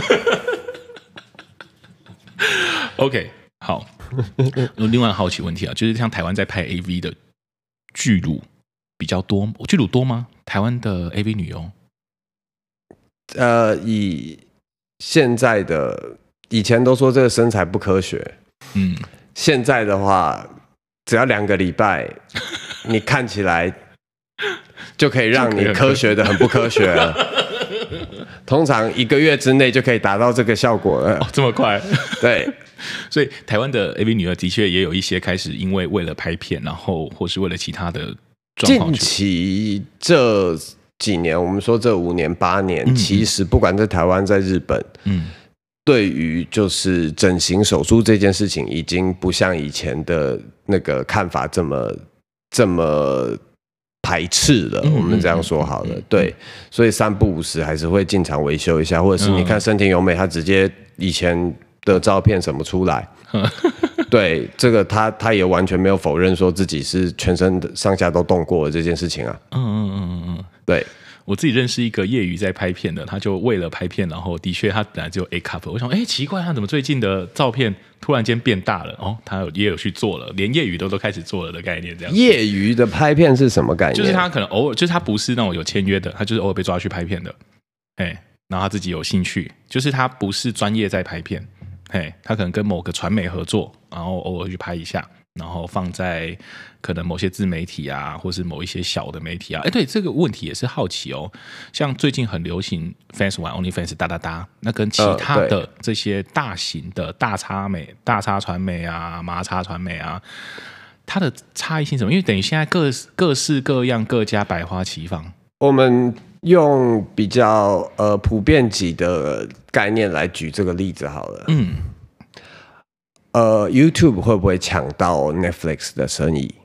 OK， 好。另外好奇问题啊，就是像台湾在拍 A V 的巨乳比较多，巨乳多吗？台湾的 A V 女优？ 呃，以现在的以前都说这个身材不科学，嗯，现在的话，只要两个礼拜，你看起来就可以让你科学的很不科学了。通常一个月之内就可以达到这个效果了。 哦，这么快？ 对。 所以台湾的 A V 女优的确也有一些开始因为为了拍片，然后或是为了其他的状况。 近期这几年，我们说这五年八年，嗯、其实不管在台湾在日本，嗯，对于就是整形手术这件事情，已经不像以前的那个看法这么这么排斥了。嗯、我们这样说好了，嗯、对，所以三不五时还是会进场维修一下，或者是你看深田由美，她直接以前的照片什么出来，对，这个他他也完全没有否认说自己是全身上下都动过的这件事情啊。嗯嗯嗯嗯嗯，对， 我自己认识一个业余在拍片的，他就为了拍片，然后的确他本来只有 A cup， 我想，哎，奇怪，他怎么最近的照片突然间变大了？哦，他有也有去做了，连业余都都开始做了的概念，这样。 业余的拍片是什么概念？ 就是他可能偶尔，就是他不是那种有签约的，他就是偶尔被抓去拍片的，哎，然后他自己有兴趣，就是他不是专业在拍片。嘿，他可能跟某个传媒合作，然后偶尔去拍一下，然后放在可能某些自媒体啊，或是某一些小的媒体啊。哎，对这个问题也是好奇哦。像最近很流行 fans 玩 OnlyFans 哒哒哒，那跟其他的这些大型的大叉媒、大叉传媒啊、麻叉传媒啊，它的差异性什么？因为等于现在各各式各样、各家百花齐放。 我们用比较呃普遍级的概念来举这个例子好了。嗯，呃 ，YouTube 会不会抢到 Netflix 的生意？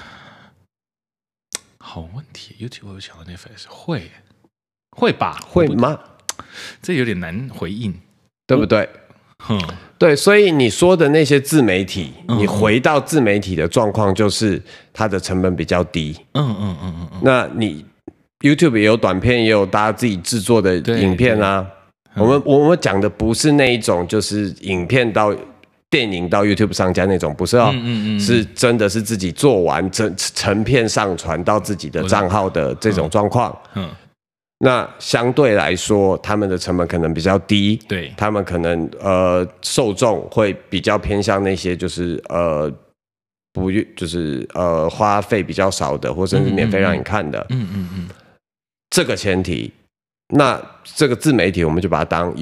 好问题 ，YouTube 会不会抢到 Netflix？ 会，会吧？ 会吗？ 这有点难回应， 对不对？嗯，对，所以你说的那些自媒体，嗯、你回到自媒体的状况，就是它的成本比较低。嗯嗯嗯嗯嗯，那你。YouTube 也有短片，也有大家自己制作的影片啊。我们我们讲的不是那一种，就是影片到电影到 YouTube 上架那种，不是哦，嗯嗯嗯是真的是自己做完成成片上传到自己的账号的这种状况。嗯， 那相对来说，他们的成本可能比较低， 对， 他们可能呃受众会比较偏向那些就是呃不就是呃花费比较少的，或甚至免费让你看的， 嗯嗯嗯， 这个前提，那这个自媒体我们就把它当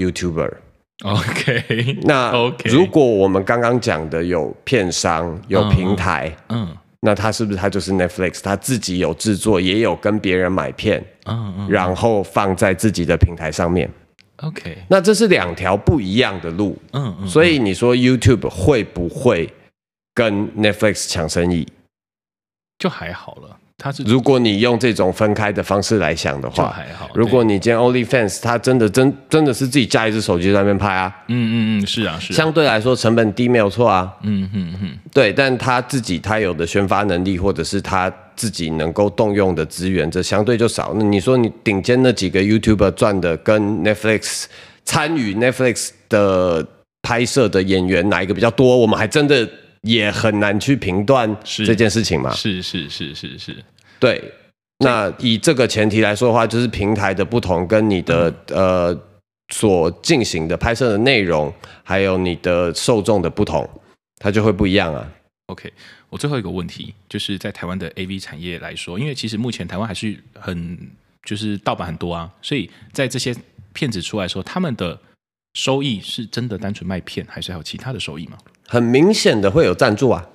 YouTuber。OK， 那 okay. 如果我们刚刚讲的有片商、有平台，嗯。嗯那他是不是他就是 Netflix？ 他自己有制作，也有跟别人买片，嗯嗯，然后放在自己的平台上面。 OK， 那这是两条不一样的路，嗯嗯。所以你说 YouTube 会不会跟 Netflix 抢生意？ 就还好了。它是如果你用这种分开的方式来想的话， 就还好。 如果你今天 OnlyFans， 它真的真真的是自己架一只手机在那边拍啊， 嗯嗯嗯，是啊是啊。 相对来说成本低没有错啊， 嗯嗯嗯， 对，但他自己他有的宣发能力，或者是他自己能够动用的资源，这相对就少。那你说你顶尖那几个 YouTuber 赚的跟 Netflix 参与 Netflix 的拍摄的演员哪一个比较多？我们还真的也很难去评断这件事情嘛。 是是是是是， 对。那以这个前提来说的话，就是平台的不同，跟你的、嗯、呃所进行的拍摄的内容，还有你的受众的不同，它就会不一样啊。 OK， 我最后一个问题就是在台湾的 A V 产业来说，因为其实目前台湾还是很就是盗版很多啊，所以在这些片子出来的时候，他们的收益是真的单纯卖片，还是还有其他的收益吗？ 很明显的会有赞助啊。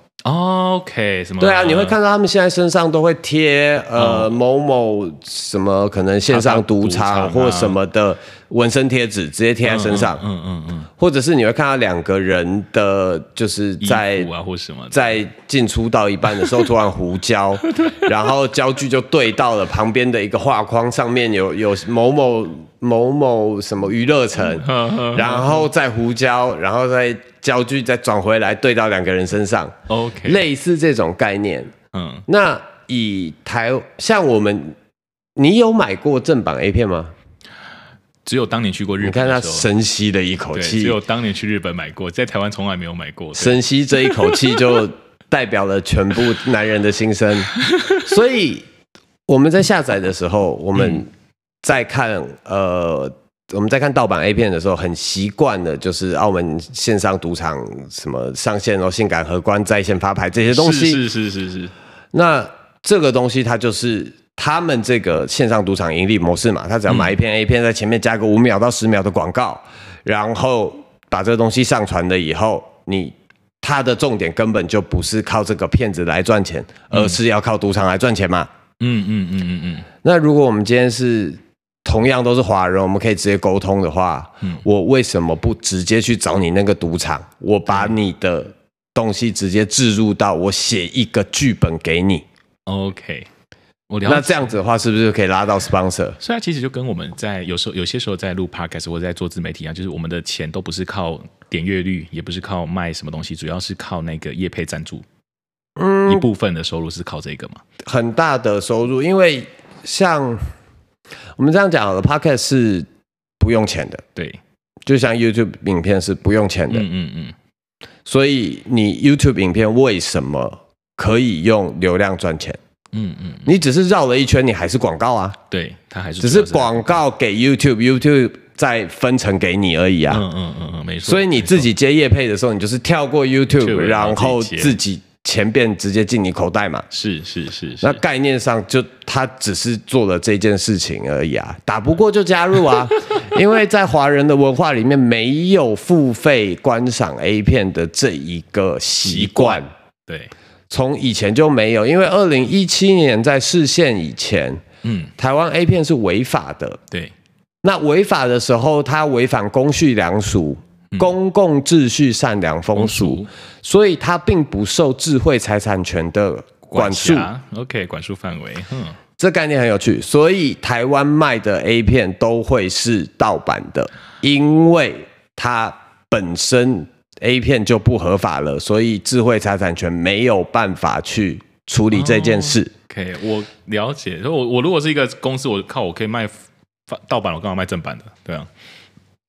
OK， 什么？ 对啊，你会看到他们现在身上都会贴呃、嗯、某某什么可能线上赌场或什么的纹身贴纸，直接贴在身上。嗯嗯 嗯, 嗯，或者是你会看到两个人的，就是在衣服啊或什么， 在进出到一半的时候突然胡椒，然后焦距就对到了旁边的一个画框上面有有某某某某什么娱乐城，然后再胡椒，然后再焦距再转回来对到两个人身上。 OK， 类似这种概念。嗯，那以台像我们，你有买过正版 A 片吗？ 只有当年去过日本， 你看他深吸了一口气， 只有当年去日本买过，在台湾从来没有买过。 深吸这一口气就代表了全部男人的心声。所以我们在下载的时候，我们在看、嗯、呃。我们在看盗版 A 片的时候，很习惯的就是澳门线上赌场什么上线哦，性感荷官在线发牌这些东西， 是是是是是。 那这个东西它就是他们这个线上赌场盈利模式嘛，他只要买一片 A 片，在前面加个五秒到十秒的广告，然后把这个东西上传了以后，你它的重点根本就不是靠这个片子来赚钱，而是要靠赌场来赚钱嘛。嗯嗯嗯嗯嗯。那如果我们今天是同样都是华人，我们可以直接沟通的话、嗯，我为什么不直接去找你那个赌场？我把你的东西直接置入到我写一个剧本给你。 OK， 我了解。 那这样子的话，是不是可以拉到 sponsor？ 所以它其实就跟我们在有时候有些时候在录 podcast 或者在做自媒体一样，就是我们的钱都不是靠点阅率，也不是靠卖什么东西，主要是靠那个业配赞助。嗯，一部分的收入是靠这个嘛？ 很大的收入，因为像。我们这样讲好了 ，Podcast 是不用钱的， 对， 就像 YouTube 影片是不用钱的， 嗯嗯嗯。 所以你 YouTube 影片为什么可以用流量赚钱？嗯嗯，你只是绕了一圈，你还是广告啊， 对，它还是只是广告给 YouTube，YouTube 再分成给你而已啊， 嗯嗯嗯嗯，没错。 所以你自己接业配的时候，你就是跳过 YouTube， 然后自己。钱变直接进你口袋嘛？ 是是 是, 是。 那概念上就他只是做了这件事情而已啊，打不过就加入啊，因为在华人的文化里面没有付费观赏 A 片的这一个习惯， 对， 从以前就没有，因为二零一七年在释宪以前，嗯，台湾 A 片是违法的， 对， 那违法的时候，它违反公序良俗。公共秩序、善良风俗，所以它并不受智慧财产权的管束。 OK， 管束范围，嗯， 这概念很有趣。所以台湾卖的 A 片都会是盗版的，因为它本身 A 片就不合法了，所以智慧财产权没有办法去处理这件事。 哦、OK， 我了解。我我如果是一个公司，我靠，我可以卖盗版，我干嘛卖正版的？对啊。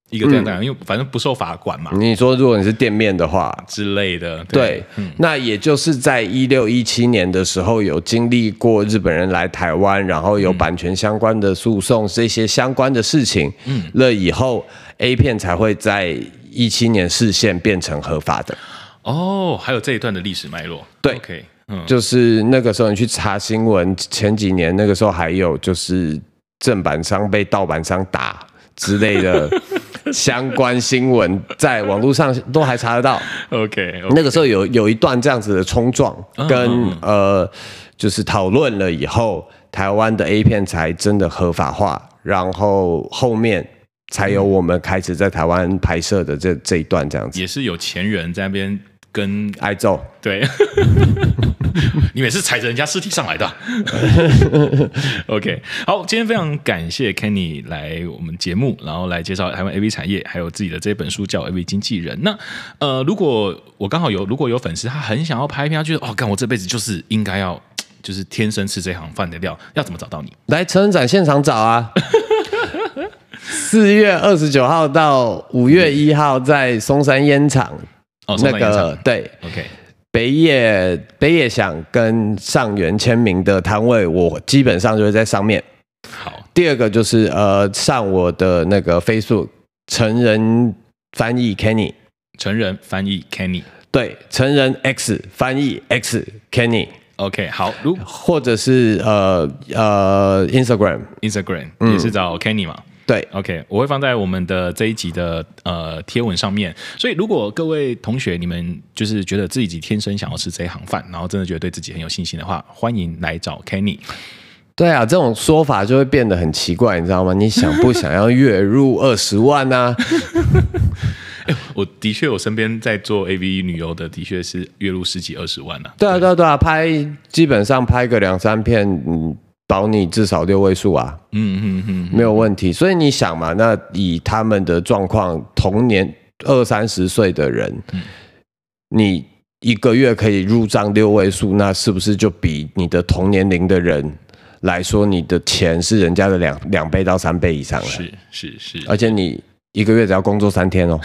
一个这样的、嗯，因为反正不受法管嘛。 你说如果你是店面的话之类的， 对，对嗯、那也就是在一六一七年的时候，有经历过日本人来台湾，然后有版权相关的诉讼，嗯、这些相关的事情，嗯，了以后 A 片才会在一七年释宪变成合法的。 哦，还有这一段的历史脉络。 对 ，OK， 嗯， 就是那个时候你去查新闻，前几年那个时候还有就是正版商被盗版商打之类的。相关新闻在网络上都还查得到。 OK，, okay. 那个时候有有一段这样子的冲撞，跟、嗯、呃，就是讨论了以后，台湾的 A 片才真的合法化，然后后面才有我们开始在台湾拍摄的这这一段这样子。 也是有钱人在那边跟挨揍， 对。你每次踩着人家尸体上来的、啊、OK， 好，今天非常感谢 Kenny 来我们节目，然后来介绍台湾 A V 产业，还有自己的这本书叫 A V 经纪人。那呃，如果我刚好有如果有粉丝他很想要拍片，他觉得哦，干我这辈子就是应该要就是天生吃这行饭的料，要怎么找到你？ 来成人展现场找啊。四月二十九号到五月一号在松山烟厂， 哦，松山烟厂、那个对 ，OK。 北野北野想跟上元签名的摊位，我基本上就会在上面。 好， 第二个就是呃，上我的那个 Facebook 成人翻译 Kenny， 成人翻译 Kenny， 对，成人 X 翻译 X Kenny。OK， 好，如或者是呃呃 Instagram Instagram 也是找 Kenny 嘛。 对 ，OK， 我会放在我们的这一集的呃贴文上面。所以，如果各位同学你们就是觉得自己天生想要吃这一行饭，然后真的觉得对自己很有信心的话，欢迎来找 Kenny。 对啊，这种说法就会变得很奇怪，你知道吗？你想不想要月入二十万啊？ 欸、我的确，我身边在做 A V 女优的，的确是月入十几二十万啊。 对啊，对啊，对啊，拍基本上拍个两三片，嗯。保你至少六位数啊， 嗯嗯嗯， 没有问题。所以你想嘛，那以他们的状况，同年二三十岁的人，嗯、你一个月可以入账六位数，那是不是就比你的同年龄的人来说，你的钱是人家的两两倍到三倍以上了？ 是是是， 而且你一个月只要工作三天哦。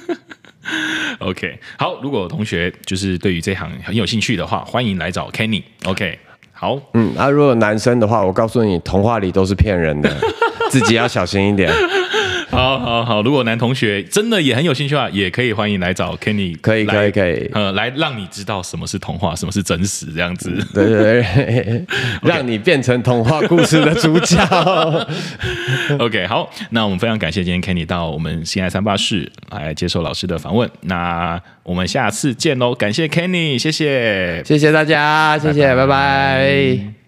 OK， 好，如果同学就是对于这行很有兴趣的话，欢迎来找 Kenny。OK。好， 嗯，啊，如果男生的话，我告诉你，童话里都是骗人的，自己要小心一点。 好，好，好，如果男同学真的也很有兴趣的话，也可以欢迎来找 Kenny， 可以，可以，可以， 呃，来让你知道什么是童话，什么是真实，这样子。 对对对，让你变成童话故事的主角。 OK， 好，那我们非常感谢今天 Kenny 到我们性爱三八室来接受老师的访问。那我们下次见喽，感谢 Kenny， 谢谢， 谢谢大家，谢谢，拜拜。拜拜。